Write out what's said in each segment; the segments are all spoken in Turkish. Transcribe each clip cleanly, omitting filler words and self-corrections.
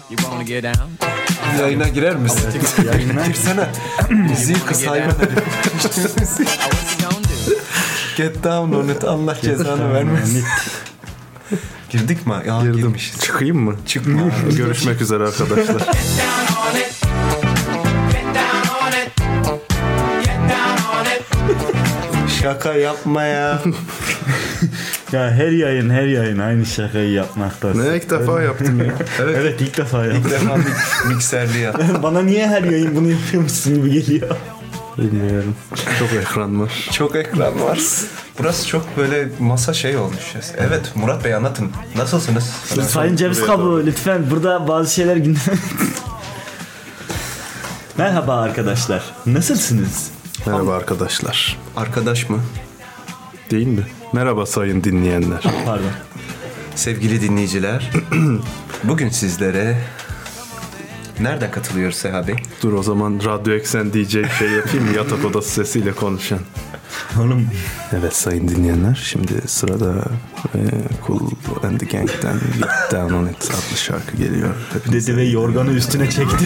Yayına girer misin? Yayına girsene. Müziği kıs hayvan herif. Get down on it. Allah cezanı vermesin. Girdik mi? Ya girdim. Girmişiz. Çıkayım mı? Çıkma. Görüşmek üzere arkadaşlar. Şaka yapma ya. Ya her yayın aynı şakayı yapmaktasın. Ne ilk defa yaptım ya. Evet ilk defa yaptım. İlk defa mikserli ya. Bana niye her yayın bunu yapıyormuşsun gibi geliyor. Bilmiyorum. Çok ekran var. Çok ekran var. Burası çok böyle masa şey olmuş. Evet Murat Bey anlatın. Nasılsınız? Sayın Ceviz Kabuğu lütfen burada bazı şeyler gündem. Merhaba arkadaşlar. Nasılsınız? Merhaba arkadaşlar. Arkadaş mı? Değil mi? Merhaba sayın dinleyenler. Pardon. Sevgili dinleyiciler. Bugün sizlere nereden katılıyoruz Seha Bey? Dur o zaman Radyo Eksen DJ şey yapayım mı? Yatak odası sesiyle konuşan. Oğlum. Evet sayın dinleyenler. Şimdi sırada Cool and the Gang'den Get Down On It adlı şarkı geliyor. Hepinize Dedi ve yorganı üstüne çekti.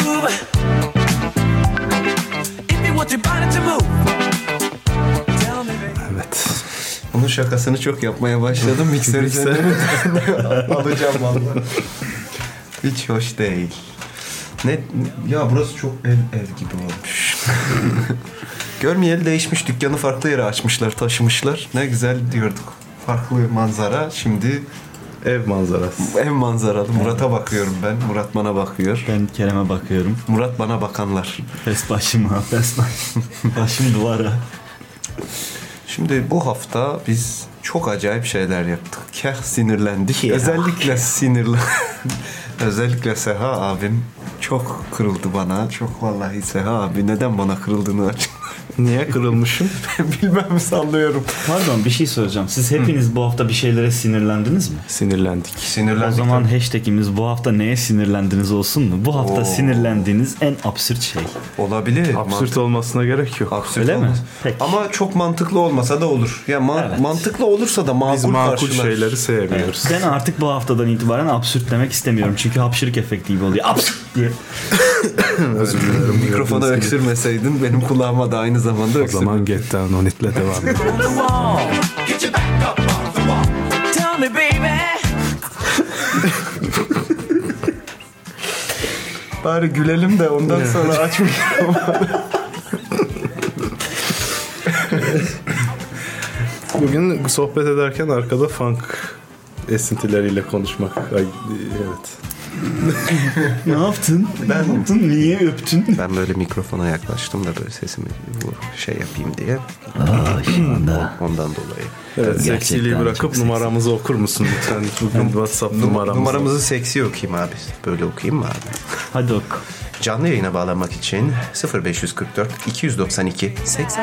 Evet. Bunun şakasını çok yapmaya başladım. Mikser üzerinden alacağım vallahi. Hiç hoş değil. Ne ya burası çok ev gibi olmuş. Görmeyeli değişmiş, dükkanı farklı yere açmışlar, taşımışlar. Ne güzel diyorduk. Farklı manzara. Şimdi Ev manzarası. ev manzaralı. Murat'a bakıyorum ben. Murat bana bakıyor. Ben Kerem'e bakıyorum. Murat bana bakanlar. Pes başıma. Başım duvara. Şimdi bu hafta biz çok acayip şeyler yaptık. Sinirlendik. Özellikle özellikle Seha abim çok kırıldı bana. Çok vallahi Seha abi neden bana kırıldığını açık. Niye kırılmışım? Bilmem sallıyorum. Pardon bir şey soracağım. Siz hepiniz bu hafta bir şeylere sinirlendiniz mi? Sinirlendik. O zaman hashtagimiz bu hafta neye sinirlendiniz olsun mu? Bu hafta sinirlendiğiniz en absürt şey. Olabilir. Absürt olmasına gerek yok. Absürt Öyle mi? olmaz. Peki. Ama çok mantıklı olmasa da olur. Ya Evet. mantıklı olursa da makul Biz makul karşılar. şeyleri sevmiyoruz. Ben artık bu haftadan itibaren absürt demek istemiyorum. Çünkü hapşırık efekti gibi oluyor. Absürt diye. Özür dilerim. Mikrofonu öksürmeseydin benim kulağıma da aynı zamanda O öksür. zaman Get Down On It'le devam edelim. Bari gülelim de ondan sonra aç mikrofonu. Bugün sohbet ederken arkada funk esintileriyle konuşmak. Evet. Ne yaptın? Ne yaptın? Niye öptün? Ben böyle mikrofona yaklaştım da böyle sesimi şey yapayım diye. Şu anda. Ondan dolayı. Evet, Gerçekten seksiliği bırakıp çok seksi. numaramızı okur musun lütfen? Bugün WhatsApp Numaramızı seksi okuyayım abi. Böyle okuyayım mı abi? Hadi oku. Canlı yayına bağlanmak için 0544 292 80.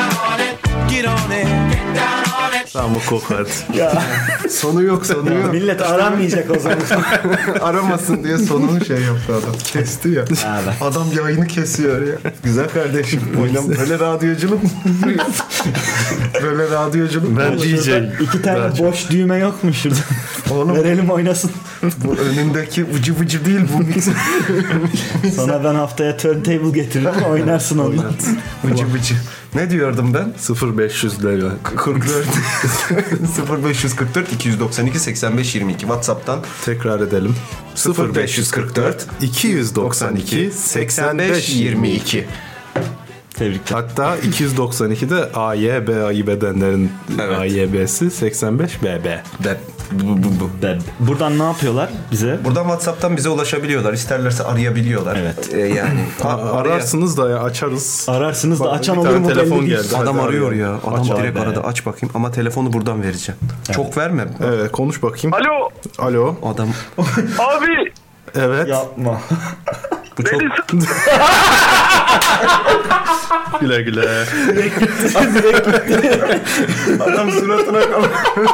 Tamam oku hadi. Ya. Sonu yok. Millet aramayacak o zaman. Aramasın diye sonunu şey yaptı adam. Kesti ya. Evet. Adam yayını kesiyor ya. Güzel kardeşim. Böyle radyoculuk mu? Böyle radyoculuk mu? Ben DJ. İki tane boş düğme yok mu şurada? Oğlum. Verelim oynasın. Bu önündeki vıcı değil bu mikser. Sana ben haftaya turntable getiririm oynarsın onunla. Vıcı. Ne diyordum ben? 0500 lira. 44 0544 292 85 22 WhatsApp'tan Tekrar edelim. 0544 292 85 22. Tebrikler. Hatta 292'de AYB ayıp edenlerin Evet. AYB'si 85 BB. Bu. Buradan ne yapıyorlar bize? Buradan WhatsApp'tan bize ulaşabiliyorlar. İsterlerse arayabiliyorlar. Evet. Yani Ararsınız da ya açarız. Ararsınız da açan Bir olur tane mu telefon belli değil. geldi. Adam Hadi arıyor arayalım. ya. Adam Aç direkt abi. aradı. Aç bakayım ama telefonu buradan vereceğim. Çok verme. Evet konuş bakayım. Alo Alo. Adam abi Evet. Yapma. bu çok Güle güle. adam suratına kalıyor.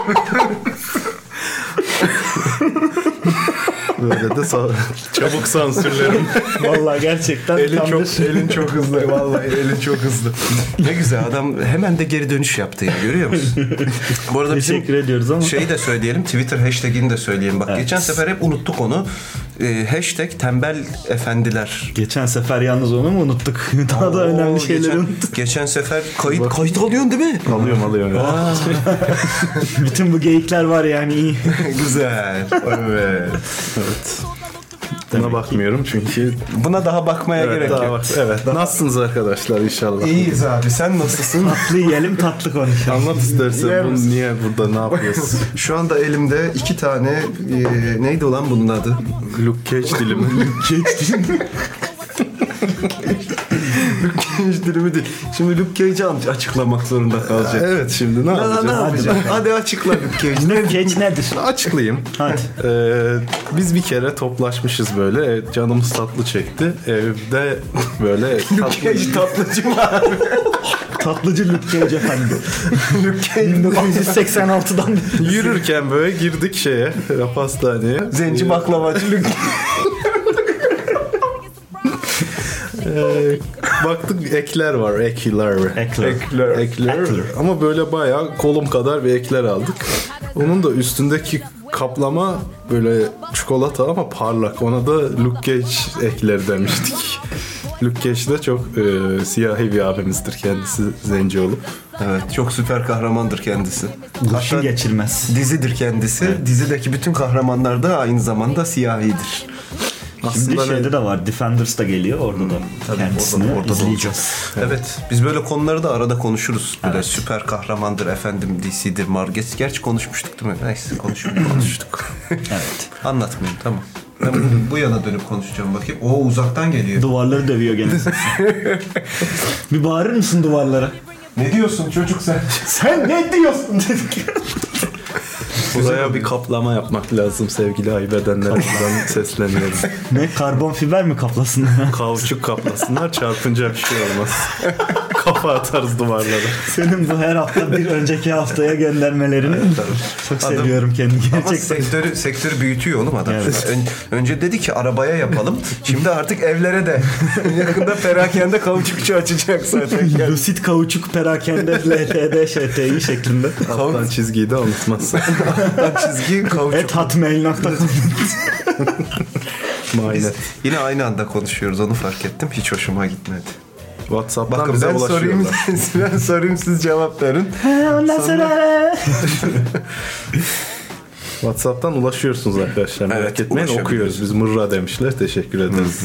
Böyle de çabuk sansürlerim. Vallahi gerçekten Elin çok hızlı. Vallahi elin çok hızlı. Ne güzel adam hemen de geri dönüş yaptı ya. Görüyor musun? Bu arada teşekkür ediyoruz ama. şeyi de söyleyelim. Twitter hashtag'ini de söyleyelim. Bak Evet. geçen sefer hep unuttuk onu. Hashtag tembel efendiler. Geçen sefer yalnız onu mu unuttuk? Daha da önemli şeyleri unuttuk. Geçen sefer kayıt alıyorsun değil mi? Alıyorum. Bütün bu geyikler var yani iyi. Güzel. Evet. Buna bakmıyorum çünkü Buna daha bakmaya gerek yok. Evet. Nasılsınız arkadaşlar inşallah? İyiyiz abi. Sen nasılsın? Tatlı yiyelim, tatlı konuşalım. Anlat istersen Yer bunu misin? niye burada ne yapıyorsun? Şu anda elimde 2 tane neydi ulan bunun adı? Luke Cage dilimi. Luke Cage dilimi değil. Şimdi Luke Cage'i açıklamak zorunda kalacak. Evet şimdi ne yapacağız? Ne yapacağız? Hadi açıkla Luke Cage. Cage nedir? Açıklayayım. Hadi. Biz bir kere toplaşmışız böyle. Canımız tatlı çekti. Evde böyle Luke Cage tatlıcı mı abi? Tatlıcı Luke Cage efendim. Luke Cage 1986'dan yürürken böyle girdik şeye, pastaneye. zenci baklavacı Luke Baktık ekler var, ekler. Ekler. Ama böyle bayağı kolum kadar bir ekler aldık. Onun da üstündeki kaplama böyle çikolata ama parlak. Ona da Luke Cage ekleri demiştik. Luke Cage de çok siyahi bir abimizdir kendisi, zenci olup. Evet, çok süper kahramandır kendisi. Kurşun geçirmez. Dizidir kendisi. Evet. Dizideki bütün kahramanlar da aynı zamanda siyahidir. Şimdi şeyde de var. Defenders da geliyor. Orada da kendisini orada izleyeceğiz. Evet. Biz böyle konuları da arada konuşuruz. Böyle süper kahramandır efendim, DC'dir, Gerçi konuşmuştuk değil mi? Neyse konuştuk. Evet. Anlatmayayım, tamam. Ben bu yana dönüp konuşacağım bakayım. O uzaktan geliyor. Duvarları dövüyor gene. Bir bağırır mısın duvarlara? Ne diyorsun çocuk sen? Sen ne diyorsun dedik. Buraya bir kaplama yapmak lazım sevgili aybedenlerimizden sesleniyorum. Ne? Karbon fiber mi kaplasın? Kauçuk kaplasınlar, çarpınca bir şey olmaz. Kafa atarız duvarlara. Senin bu her hafta bir önceki haftaya göndermelerini çok seviyorum kendimi gerçekten. Ama sektörü büyütüyor oğlum adam. Evet. Önce dedi ki arabaya yapalım. Şimdi artık evlere de. Yakında perakende kauçukçu açacak zaten. Lucid kauçuk perakende LTD ŞTİ şeklinde. Alttan çizgiyi de unutmazsın. Çizgi kauçuk. @hotmail.com Maynet. Yine aynı anda konuşuyoruz, onu fark ettim. Hiç hoşuma gitmedi. WhatsApp'tan Bakın bize ben ulaşıyorlar. sorayım siz cevap verin. Ondan sonra WhatsApp'tan ulaşıyorsunuz arkadaşlar. Merak Evet, etmeyin, ulaşabiliriz. okuyoruz. Biz mırra demişler. Teşekkür ederiz.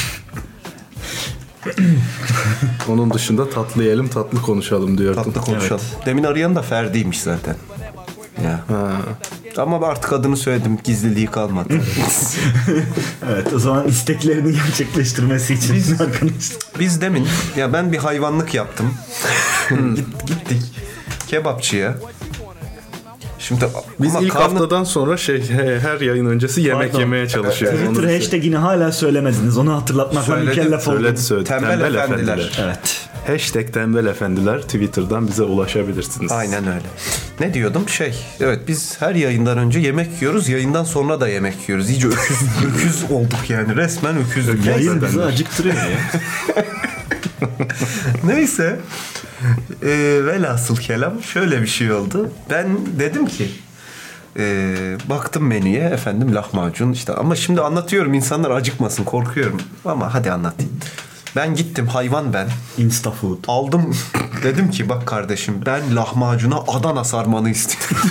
Onun dışında tatlı yiyelim, tatlı konuşalım diyordum. Tatlı konuşalım. Evet. Demin arayan da Ferdi'ymiş zaten. Ya. Ama artık adını söyledim. Gizliliği kalmadı. evet, o zaman isteklerini gerçekleştirmesi için arkadaşlar. Biz demin ben bir hayvanlık yaptım. Gittik kebapçıya. Şimdi Biz ilk haftadan sonra her yayın öncesi yemek yemeye çalışıyoruz. Twitter hashtag'ini hala söylemediniz. Onu hatırlatmakla mükellef oldum. Söyledi. Tembel efendiler. Evet. Hashtag tembel efendiler Twitter'dan bize ulaşabilirsiniz. Aynen öyle. Ne diyordum? Evet, biz her yayından önce yemek yiyoruz. Yayından sonra da yemek yiyoruz. İyice öküz olduk yani. Resmen öküz. Yayın bizi acıktırıyor ya. Neyse. Velhasıl kelam şöyle bir şey oldu. Ben dedim ki baktım menüye, efendim lahmacun işte, ama şimdi anlatıyorum insanlar acıkmasın, korkuyorum ama hadi anlatayım. Ben gittim, hayvan ben. Instafood. Aldım, dedim ki bak kardeşim, ben lahmacuna Adana sarmanı istiyorum.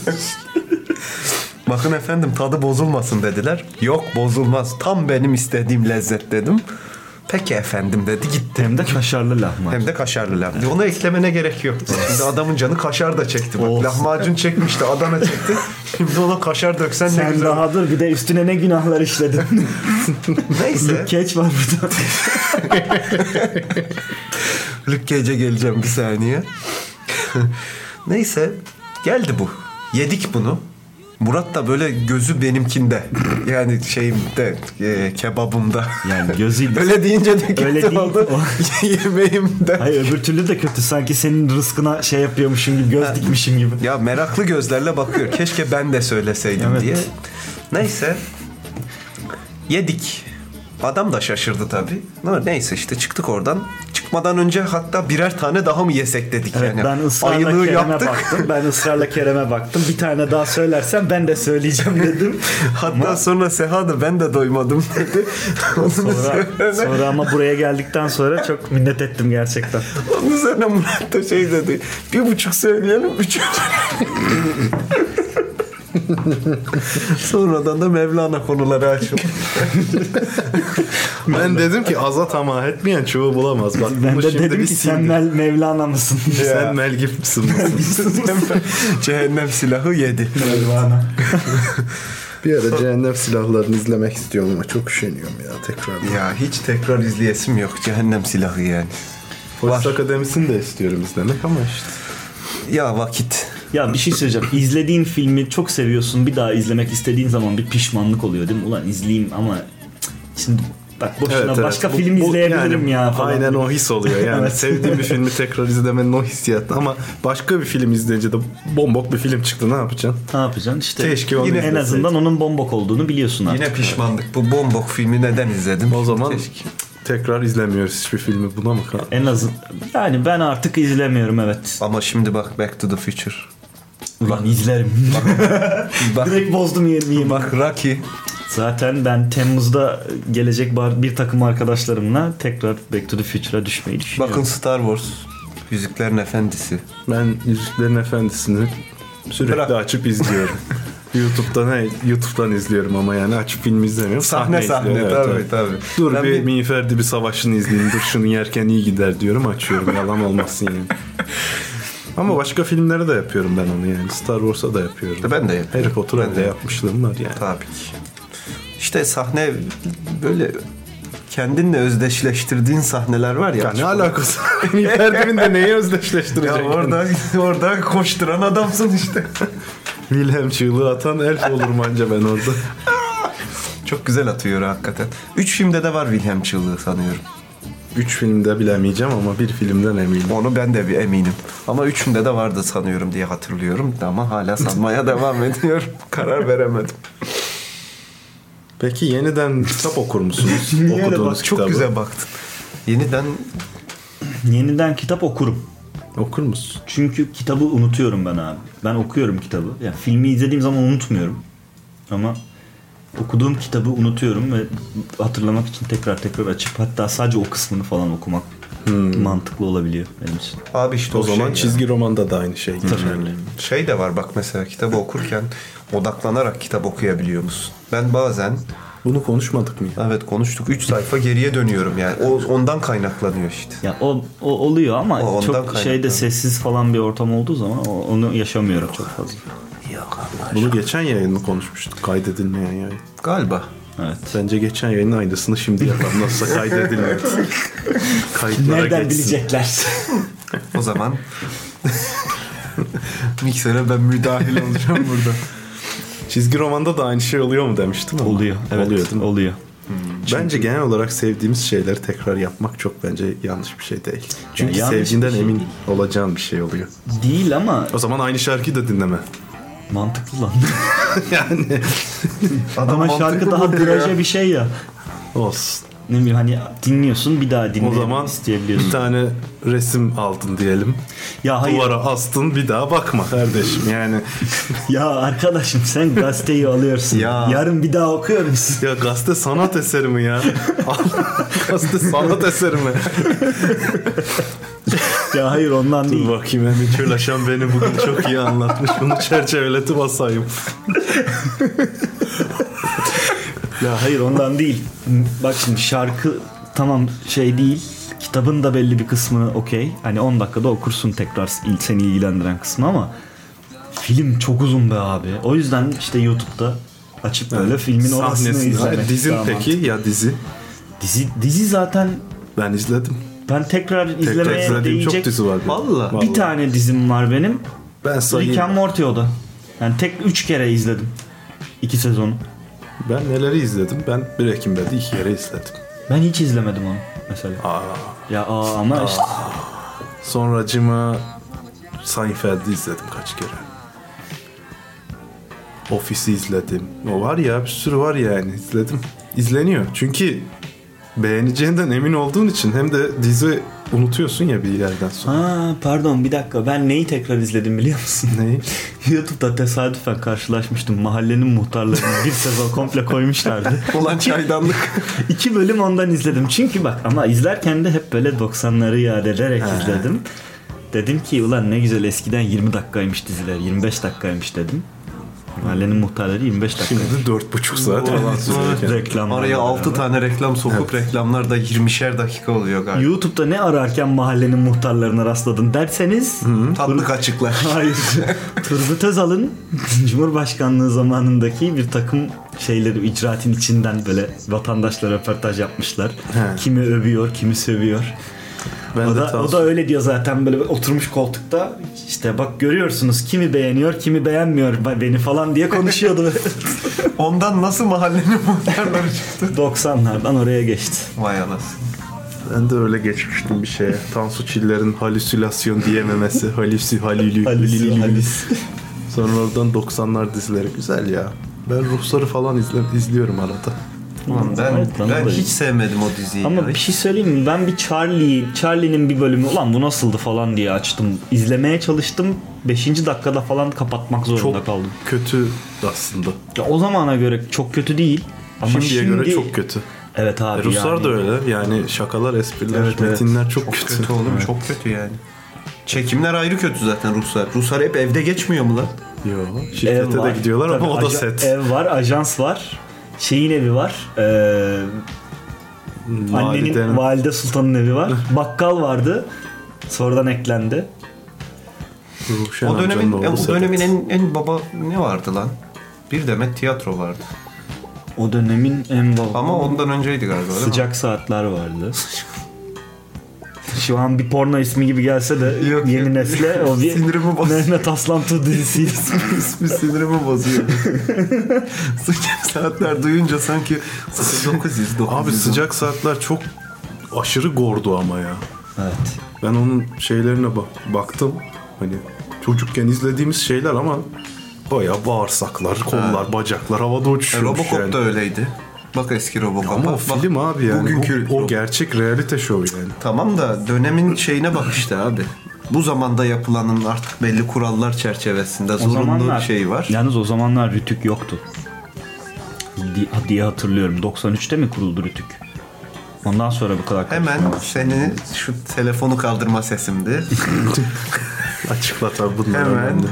Bakın efendim, tadı bozulmasın dediler. Yok, bozulmaz, tam benim istediğim lezzet dedim. Peki efendim dedi, gitti. Hem de kaşarlı lahmacun. Hem de kaşarlı lahmacun. Onu eklemene gerek yok. Şimdi adamın canı kaşar da çekti. Bak, lahmacun çekmişti, Adana çekti. Şimdi ona kaşar döksen ne sen güzel. Sen daha dur, bir de üstüne ne günahlar işledin. Neyse. Luke Cage var burada. Luke Cage'e geleceğim bir saniye. Neyse, geldi bu. Yedik bunu. Murat da böyle gözü benimkinde. Yani şeyimde, kebabımda. Yani gözüyle. Öyle deyince de kötü öyle değil oldu. Yemeğimde. Hayır, öbür türlü de kötü. Sanki senin rızkına şey yapıyormuşum gibi, göz dikmişim gibi. Ya meraklı gözlerle bakıyor. Keşke ben de söyleseydim evet diye. Neyse. Yedik. Adam da şaşırdı tabii. Neyse işte çıktık oradan. çıkmadan önce hatta birer tane daha mı yesek dedik Evet, yani. ben ısrarla Ayılığı Kerem'e baktım. Bir tane daha söylersen ben de söyleyeceğim dedim. Hatta sonra Seha da ben de doymadım dedi. Sonra ama buraya geldikten sonra çok minnet ettim gerçekten. Onun üzerine Murat da şey dedi. 1,5 söyleyelim 3. Sonradan da Mevlana konuları açıldı. Ben dedim ki aza tamah etmeyen çoğu bulamaz. Bak, Ben de şimdi dedim biz ki sen sildik. Mevlana mısın? Sen Mel Gibson mısın? Cehennem silahı 7. Mevlana. Bir ara Cehennem Silahlarını izlemek istiyorum ama çok üşeniyorum ya tekrar. Ya hiç tekrar izleyesim yok. Cehennem silahı yani. Polis Akademisi'ni de istiyorum izlemek ama işte. Ya vakit. Ya bir şey söyleyeceğim. İzlediğin filmi çok seviyorsun. Bir daha izlemek istediğin zaman bir pişmanlık oluyor değil mi? Ulan izleyeyim ama şimdi bak boşuna başka film izleyebilirim yani, ya falan. Aynen o his oluyor yani. Evet. Sevdiğim bir filmi tekrar izlemenin o hissiyatı ama başka bir film izleyince de bombok bir film çıktı, ne yapacaksın? Ne yapacaksın? İşte Keşke onu yine en izleseydim. azından onun bombok olduğunu biliyorsun artık. Yine pişmanlık. Bu bombok filmi neden izledim? O zaman Keşke. tekrar izlemiyoruz hiçbir filmi, buna mı kaldı? En azından yani ben artık izlemiyorum, evet. Ama şimdi bak Back to the Future. Ulan izlerim. Bak, Direkt bozdum yerimi. bak Rocky. Zaten ben Temmuz'da gelecek bir takım arkadaşlarımla tekrar Back to the Future'a düşmeyi düşünüyorum. Bakın Star Wars. Yüzüklerin Efendisi. Ben Yüzüklerin Efendisi'ni sürekli Bırak. açıp izliyorum. YouTube'dan izliyorum ama yani açıp film izlemiyorum. Sahne izliyorum. Evet, tabii. Dur Ben bir Miğferdi bir savaşını izleyeyim. Dur şunu yerken iyi gider diyorum, açıyorum. Yalan olmasın yani. Ama başka filmlere de yapıyorum ben onu yani. Star Wars'a da yapıyorum. Ben de yapıyorum. Harry Potter'a Ben da de yapmışlığım var yani. Tabii ki. İşte sahne böyle kendinle özdeşleştirdiğin sahneler var ya. Ya ne alakası? Miğferdi'nin de neyi özdeşleştirecek? Ya orada koşturan adamsın işte. Wilhelm çığlığı atan elf olurum anca ben orada. Çok güzel atıyor hakikaten. 3 filmde de var Wilhelm çığlığı sanıyorum. 3 filmde bilemeyeceğim ama bir filmden eminim. Onu ben de bir eminim. Ama 3'ünde de vardı sanıyorum diye hatırlıyorum. Ama hala sanmaya devam ediyorum. Karar veremedim. Peki yeniden kitap okur musunuz? Okuduğunuz Çok kitabı. güzel baktın. Yeniden kitap okurum. Okur musun? Çünkü kitabı unutuyorum ben abi. Ben okuyorum kitabı. Yani filmi izlediğim zaman unutmuyorum. Ama okuduğum kitabı unutuyorum ve hatırlamak için tekrar açıp hatta sadece o kısmını falan okumak mantıklı olabiliyor benim için. Abi işte O zaman şey çizgi romanda da aynı şey geçerli. Şey de var bak mesela kitabı okurken odaklanarak kitap okuyabiliyor musun? Ben bazen Bunu konuşmadık mı? evet konuştuk 3 sayfa geriye dönüyorum yani. Ondan kaynaklanıyor işte. Ya o oluyor ama O ondan çok kaynaklı. şeyde sessiz falan bir ortam olduğu zaman onu yaşamıyorum çok fazla. Bunu geçen yayın mı konuşmuştuk? Kaydedilmeyen yayın. Galiba. Evet. Bence geçen yayının aynısını şimdi yapalım. Nasılsa kaydedilmiyor. Kayıtlara Nereden geçsin. bilecekler? O zaman miksere ben müdahil olacağım burada. Çizgi romanda da aynı şey oluyor mu demiştim ama. Oluyor. Evet, Oluyor değil mi? oluyor. Bence genel olarak sevdiğimiz şeyleri tekrar yapmak çok bence yanlış bir şey değil. Çünkü yanlış bir sevdiğinden şey emin değil. olacağın bir şey oluyor. Değil ama O zaman aynı şarkıyı da dinleme. mantıklı lan. Yani Ama şarkı daha duraje bir şey ya. olsun. Ne bileyim hani dinliyorsun bir daha O dinlemek zaman isteyebiliyorsun. bir tane resim aldın diyelim. Ya hayır. Duvara astın, bir daha bakma kardeşim yani. Ya arkadaşım sen gazeteyi alıyorsun. Ya. Yarın bir daha okuyor musun? Ya gazete sanat eseri mi ya? Gazete sanat eseri mi? Ya hayır ondan Dur değil. bakayım, Emin Çölaşan beni bugün çok iyi anlatmış. Bunu çerçeveletip asayım. Ya hayır ondan değil. Bak şimdi şarkı tamam şey değil. Kitabın da belli bir kısmı okey. Hani 10 dakikada okursun tekrar seni ilgilendiren kısmı ama film çok uzun be abi. O yüzden işte YouTube'da açıp böyle filmin orasını Sahnesini. izlemek. Dizin daha peki mantıklı. ya dizi? Dizi zaten Ben izledim. ben tekrar Tekrar izlemeye izlediğim çok değecek dizi var. benim. Vallahi. bir tane dizim var benim. Ben sayayım. Rick and Morty o da. Yani tek 3 kere izledim. 2 sezonu. Ben neleri izledim? Ben Breaking Bad'i 2 kere izledim. Ben hiç izlemedim onu mesela. Ya ama işte Sonracıma Seinfeld'i izledim kaç kere. Office'i izledim. O var ya, bir sürü var yani, izledim. İzleniyor. Çünkü beğeneceğinden emin olduğun için hem de dizi unutuyorsun ya bir yerden sonra. Ha pardon bir dakika, ben neyi tekrar izledim biliyor musun? Neyi? YouTube'da tesadüfen karşılaşmıştım. Mahallenin muhtarlarını bir sezon komple koymuşlardı. Ulan çaydanlık. 2 bölüm ondan izledim. Çünkü bak, ama izlerken de hep böyle 90'ları yad ederek izledim. Dedim ki ulan ne güzel, eskiden 20 dakikaymış diziler, 25 dakikaymış dedim. Mahallenin muhtarları 25 dakika. Şimdi 4,5 saat falan sürüyor. Reklamlar. Araya 6 tane reklam sokup reklamlar da 20'şer dakika oluyor galiba. YouTube'da ne ararken mahallenin muhtarlarına rastladın derseniz Tatlık açıklar. hayır. Turgut Özal'ın Cumhurbaşkanlığı zamanındaki bir takım şeyleri, icraatin içinden böyle vatandaşlara röportaj yapmışlar. Kimi övüyor, kimi sövüyor. O da öyle diyor zaten, böyle oturmuş koltukta, işte bak görüyorsunuz kimi beğeniyor kimi beğenmiyor beni falan diye konuşuyordu. Ondan nasıl mahallenin muhtarları çıktı? 90'lardan oraya geçti. Vay anasını. Ben de öyle geçmiştim bir şeye. Tansu Çiller'in halüsinasyon diyememesi. Halis. Sonra oradan 90'lar dizileri güzel ya. Ben Ruhsar'ı falan izliyorum arada. Ulan ben hiç sevmedim o diziyi. Ama bir şey söyleyeyim mi? Ben bir Charlie'nin bir bölümü ulan bu nasıldı falan diye açtım. İzlemeye çalıştım. 5. dakikada falan kapatmak zorunda kaldım. Kötü aslında. Ya o zamana göre çok kötü değil. Ama Şimdiye göre çok kötü. Evet abi. Ruslar yani. da öyle. Yani şakalar, espriler, metinler çok kötü. Kötü oğlum, çok kötü yani. Çekimler ayrı kötü zaten Ruslar. Ruslar hep evde geçmiyor mu lan? Yok. Şirkete de gidiyorlar ama o da set. Ev var, ajans var. Şeyin evi var. Annenin, Valide Sultan'ın evi var. Bakkal vardı. Sonradan eklendi. O dönemin en baba ne vardı lan? Bir demet tiyatro vardı. O dönemin en baba. Ama ondan önceydi galiba. Sıcak Saatler vardı. Şu an bir porno ismi gibi gelse de yeni nesle o bir sinirimi bozuyor. Mehmet Aslantu dizisi ismi sinirimi bozuyor. Sıcak Saatler duyunca sanki 900. Abi Sıcak Saatler çok aşırı gordu ama ya. Evet. Ben onun şeylerine baktım. Hani çocukken izlediğimiz şeyler ama bayağı bağırsaklar, kollar, bacaklar havada uçuşuyormuş Robocop yani. da öyleydi. Bak eski Robocop. Ama o film abi yani. Bugünkü O gerçek realite show yani. Tamam da dönemin şeyine bak işte abi. Bu zamanda yapılanın artık belli kurallar çerçevesinde zorunlu şey var. Yalnız o zamanlar Rütük yoktu. Diye hatırlıyorum. 93'te mi kuruldu Rütük? Ondan sonra bu kadar. Hemen seni şu telefonu kaldırma sesimdi. Açıkla tabii bunları.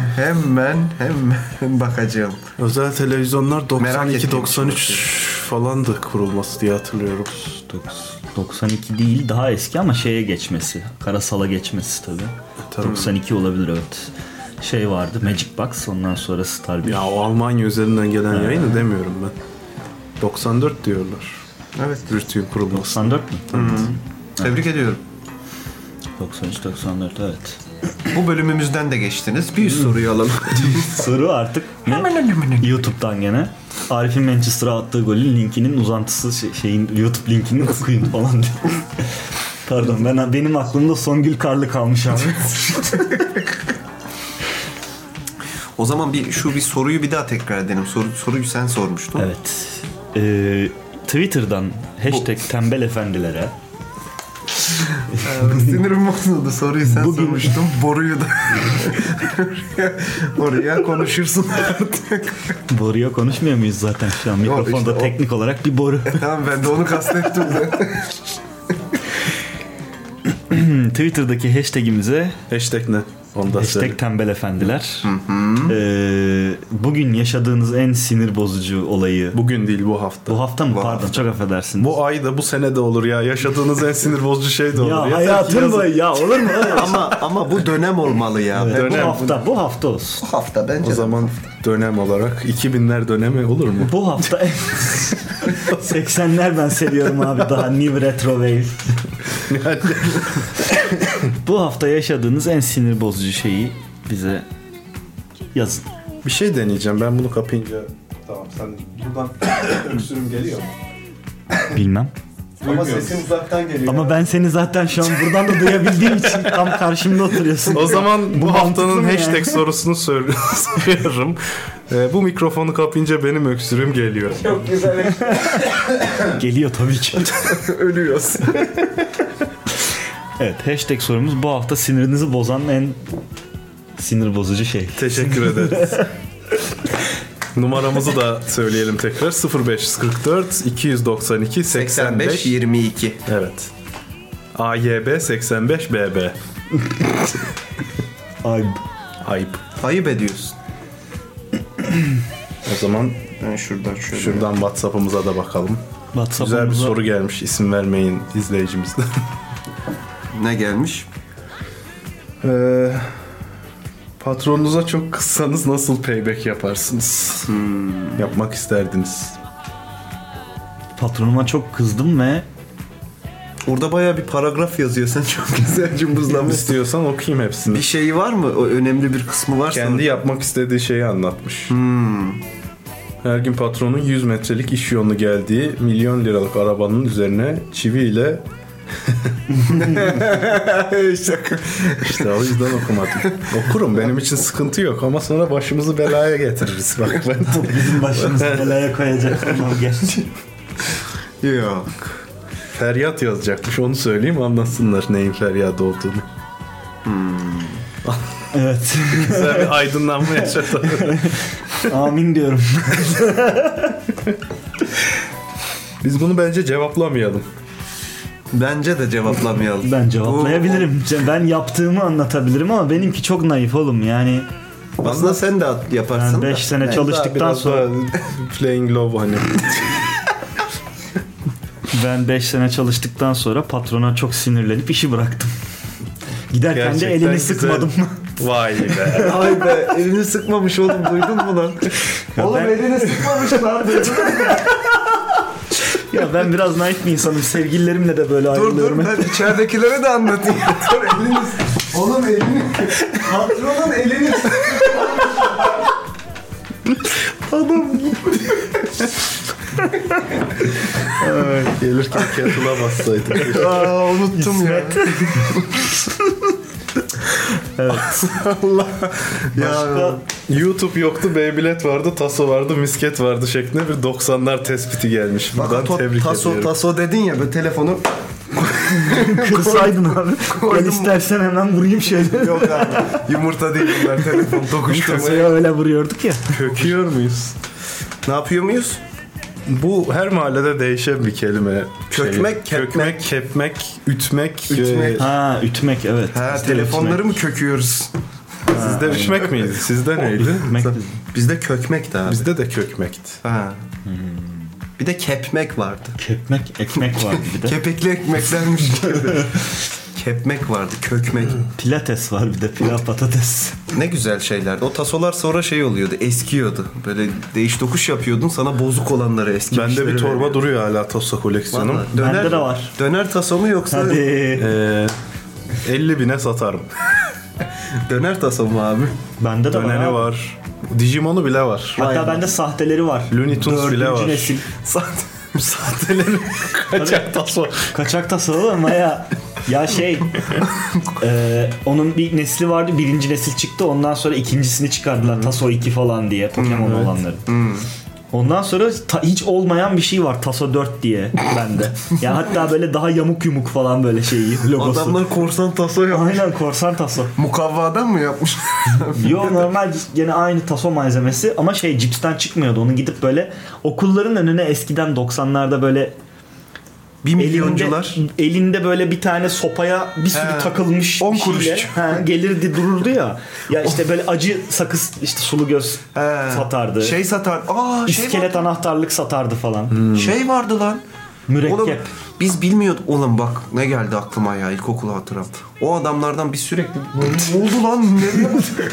Hemen bakacağım. Özel televizyonlar 92-93 falandı kurulması diye hatırlıyorum. 92 değil, daha eski ama şeye geçmesi. Karasal'a geçmesi tabii. 92 olabilir evet. Şey vardı, Magic Box, ondan sonra Star 1. Ya o Almanya üzerinden gelen yayını demiyorum ben. 94 diyorlar. Evet. Rütük'ün kurulması. 94 mü? Tebrik ediyorum. 93-94 evet. Bu bölümümüzden de geçtiniz. Bir soruyu alalım. Soru artık ne? YouTube'dan gene. Arif'in Manchester'a attığı golün linkinin uzantısı şeyin YouTube linkini okuyun falan diye. Pardon, benim aklımda Songül Karlı kalmış abi. O zaman bir soruyu bir daha tekrar edelim. Soruyu sen sormuştun. Evet. Twitter'dan hashtag tembel efendilere sinirim bozuldu. Soruyu sen sormuştun. Boruyu da oraya konuşursun artık. Boruya konuşmuyor muyuz zaten şu an? Mikrofonda işte teknik olarak bir boru. Tamam, ben de onu kastettim zaten. Twitter'daki hashtagimize Hashtag ne? Hashtag tembel efendiler. Bugün yaşadığınız en sinir bozucu olayı. Bugün değil, bu hafta. Bu hafta mı? Pardon, çok affedersiniz. Bu ayda, bu sene de olur ya. Yaşadığınız en sinir bozucu şey de olur. Ya hayatım boyu ya, olur mu? ama bu dönem olmalı ya. Evet, bu hafta olsun. Bu hafta bence. O zaman dönem olarak 2000'ler dönemi olur mu? Bu hafta 80'ler ben seviyorum abi, daha New Retro Wave. Bu hafta yaşadığınız en sinir bozucu şeyi bize yazın. Bir şey deneyeceğim. Ben bunu kapayınca tamam, sen buradan öksürüm geliyor mu? Bilmem. Ama sesin uzaktan geliyor. Ama ben seni zaten şu an buradan da duyabildiğim için tam karşımda oturuyorsun. O zaman bu haftanın mantıklı mı hashtag yani? sorusunu soruyorum. Bu mikrofonu kapayınca benim öksürüğüm geliyor. Çok güzel. Geliyor tabii ki. Ölüyoruz. Evet, hashtag sorumuz bu hafta sinirinizi bozan en sinir bozucu şey. Teşekkür ederiz. Numaramızı da söyleyelim tekrar. 0544 292 85 22. Evet. AYB 85 BB. Ay, Ayıp. Ayıp ediyorsun. O zaman Ben şuradan şöyle. şuradan WhatsApp'ımıza da bakalım. Güzel bir WhatsApp'ımıza soru gelmiş. İsim vermeyin izleyicimizden. Ne gelmiş? Patronunuza çok kızsanız nasıl payback yaparsınız? Yapmak isterdiniz. patronuma çok kızdım ve Orada bayağı bir paragraf yazıyor. Sen çok güzel cımbızlamışsın. İstiyorsan okuyayım hepsini. Bir şeyi var mı? O önemli bir kısmı varsa. Kendi yapmak istediği şeyi anlatmış. Her gün patronun 100 metrelik iş yolunu geldiği milyon liralık arabanın üzerine çiviyle Şaka. işte o yüzden okumadım. Okurum, benim için sıkıntı yok ama sonra başımızı belaya getiririz. Bak ben bizim başımızı belaya koyacak olmam gerçi. Yok. feryat yazacakmış, onu söyleyeyim anlasınlar neyin feryadı olduğunu. Evet. Güzel bir aydınlanma yaşatalım. Amin diyorum. Biz bunu bence cevaplamayalım. Bence de cevaplamayalım. Ben cevaplayabilirim. Ben yaptığımı anlatabilirim ama benimki çok naif oğlum. Yani Aslında sen de yaparsın. ben 5 sene çalıştıktan Biraz sonra daha playing low hani. ben 5 sene çalıştıktan sonra patrona çok sinirlenip işi bıraktım. Giderken Gerçekten de elini güzel. sıkmadım. Vay be. Ay be, elini sıkmamış oğlum, duydun mu lan? Oğlum ben- elini sıkmamış lan, duydun mu? Ya ben biraz naif bir insanım. Sevgililerimle de böyle Dur ayrılıyorum. ben içeridekilere de anlatayım. Dur elini oğlum elini patronun elini Gelirken kettle'a bassaydık. Aa, unuttum ya. Allah. Ya YouTube yoktu, Beyblade vardı, Taso vardı, misket vardı şeklinde bir 90'lar tespiti gelmiş. Buradan tebrik ediyorum. Taso dedin ya, böyle telefonu Kırsaydın abi. Gel istersen hemen vurayım şöyle. yok abi. Yumurta değil bunlar, telefon dokuşturmaya. Kasaya öyle vuruyorduk ya. Köküyor muyuz? Ne yapıyor muyuz? Bu her mahallede değişen bir kelime. Kökmek, kökmek, kepmek, ütmek. Ütmek. Ha, ütmek evet. Ha, Bizde telefonları mı köküyoruz? Sizde ütmek miydi? Sizde neydi? Ütmek. Bizde kökmek de abi. Bizde de kökmekti. Ha. Bir de kepmek vardı. Kepmek, ekmek vardı bir de. Kepekli ekmeklermiş gibi. Kepmek vardı, kökmek. Pilates var bir de, pilav patates. Ne güzel şeylerdi. O tasolar sonra şey oluyordu, eskiyordu. Böyle değiş tokuş yapıyordun, sana bozuk olanları eskimişleri. Bende bir torba veriyordu. duruyor hala Tossa koleksiyonum. Vallahi. Bende de var. Döner taso mu yoksa Hadi. 50.000'e satarım. döner taso mu abi? Bende de var. Döneni abi. var. Digimon'u bile var. Hatta bende sahteleri var. Looney Tunes bile Dördüncü var. nesil. Sahtelerin kaçak taso. Kaçak tası oğlum ya şey onun bir nesli vardı, birinci nesil çıktı, ondan sonra ikincisini çıkardılar, Taso 2 falan diye, Pokemon olanları. Ondan sonra hiç olmayan bir şey var, Taso 4 diye bende. Ya hatta böyle daha yamuk yumuk falan böyle şeyi, logosu. Adamlar korsan taso yapmış. Aynen korsan Taso. Mukavvadan mı yapmış? Yo, normal gene aynı Taso malzemesi ama şey, cipsten çıkmıyordu. Onu gidip böyle okulların önüne eskiden 90'larda böyle 1 milyoncular. elinde böyle bir tane sopaya bir sürü He, takılmış 10 bir şeyle kuruş. gelirdi dururdu ya. Ya işte böyle acı sakız, işte sulu göz satardı. Şey satar. Aa, şey İskelet anahtarlık satardı falan. Şey vardı lan. Mürekkep. Oğlum, biz bilmiyorduk. Oğlum bak ne geldi aklıma ya, ilkokulu hatıram. O adamlardan biz sürekli ne oldu lan? Nereye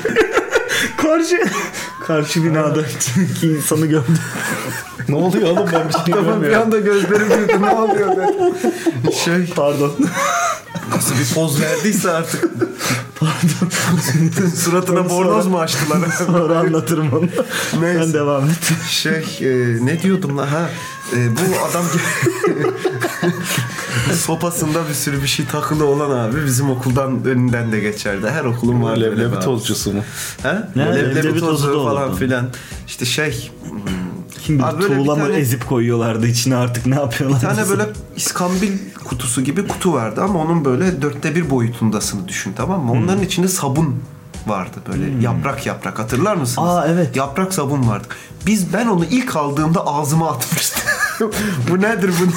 Karşı binada iki insanı gördüm. Ne oluyor oğlum, ben bir şey Tamam, bir görmüyorum. anda gözlerim büyüdü, ne oluyor be? Şey, Pardon. nasıl bir poz verdiyse artık. Pardon. Suratına Onu bornoz sonra- mu açtılar? Sonra anlatırım onu. Neyse. Ben devam et. Şey, ne diyordum lan? Ha, bu adam Sopasında bir sürü bir şey takılı olan abi bizim okuldan önünden de geçerdi. Her okulun vardı. Leblebi tozcusu mu? He? Ne? Leblebi tozu da tozu falan olurdu. filan. İşte şey... Kim bilir Abi böyle bir tuğla mı tane- ezip koyuyorlardı içine, artık ne yapıyorlar? Bir tane böyle iskambil kutusu gibi kutu vardı ama onun böyle 1/4 boyutundasını düşün, tamam mı? Onların içinde sabun vardı böyle yaprak yaprak, hatırlar mısınız? Aa, evet. Yaprak sabun vardı. Ben onu ilk aldığımda ağzıma atmıştım. Bu nedir bu?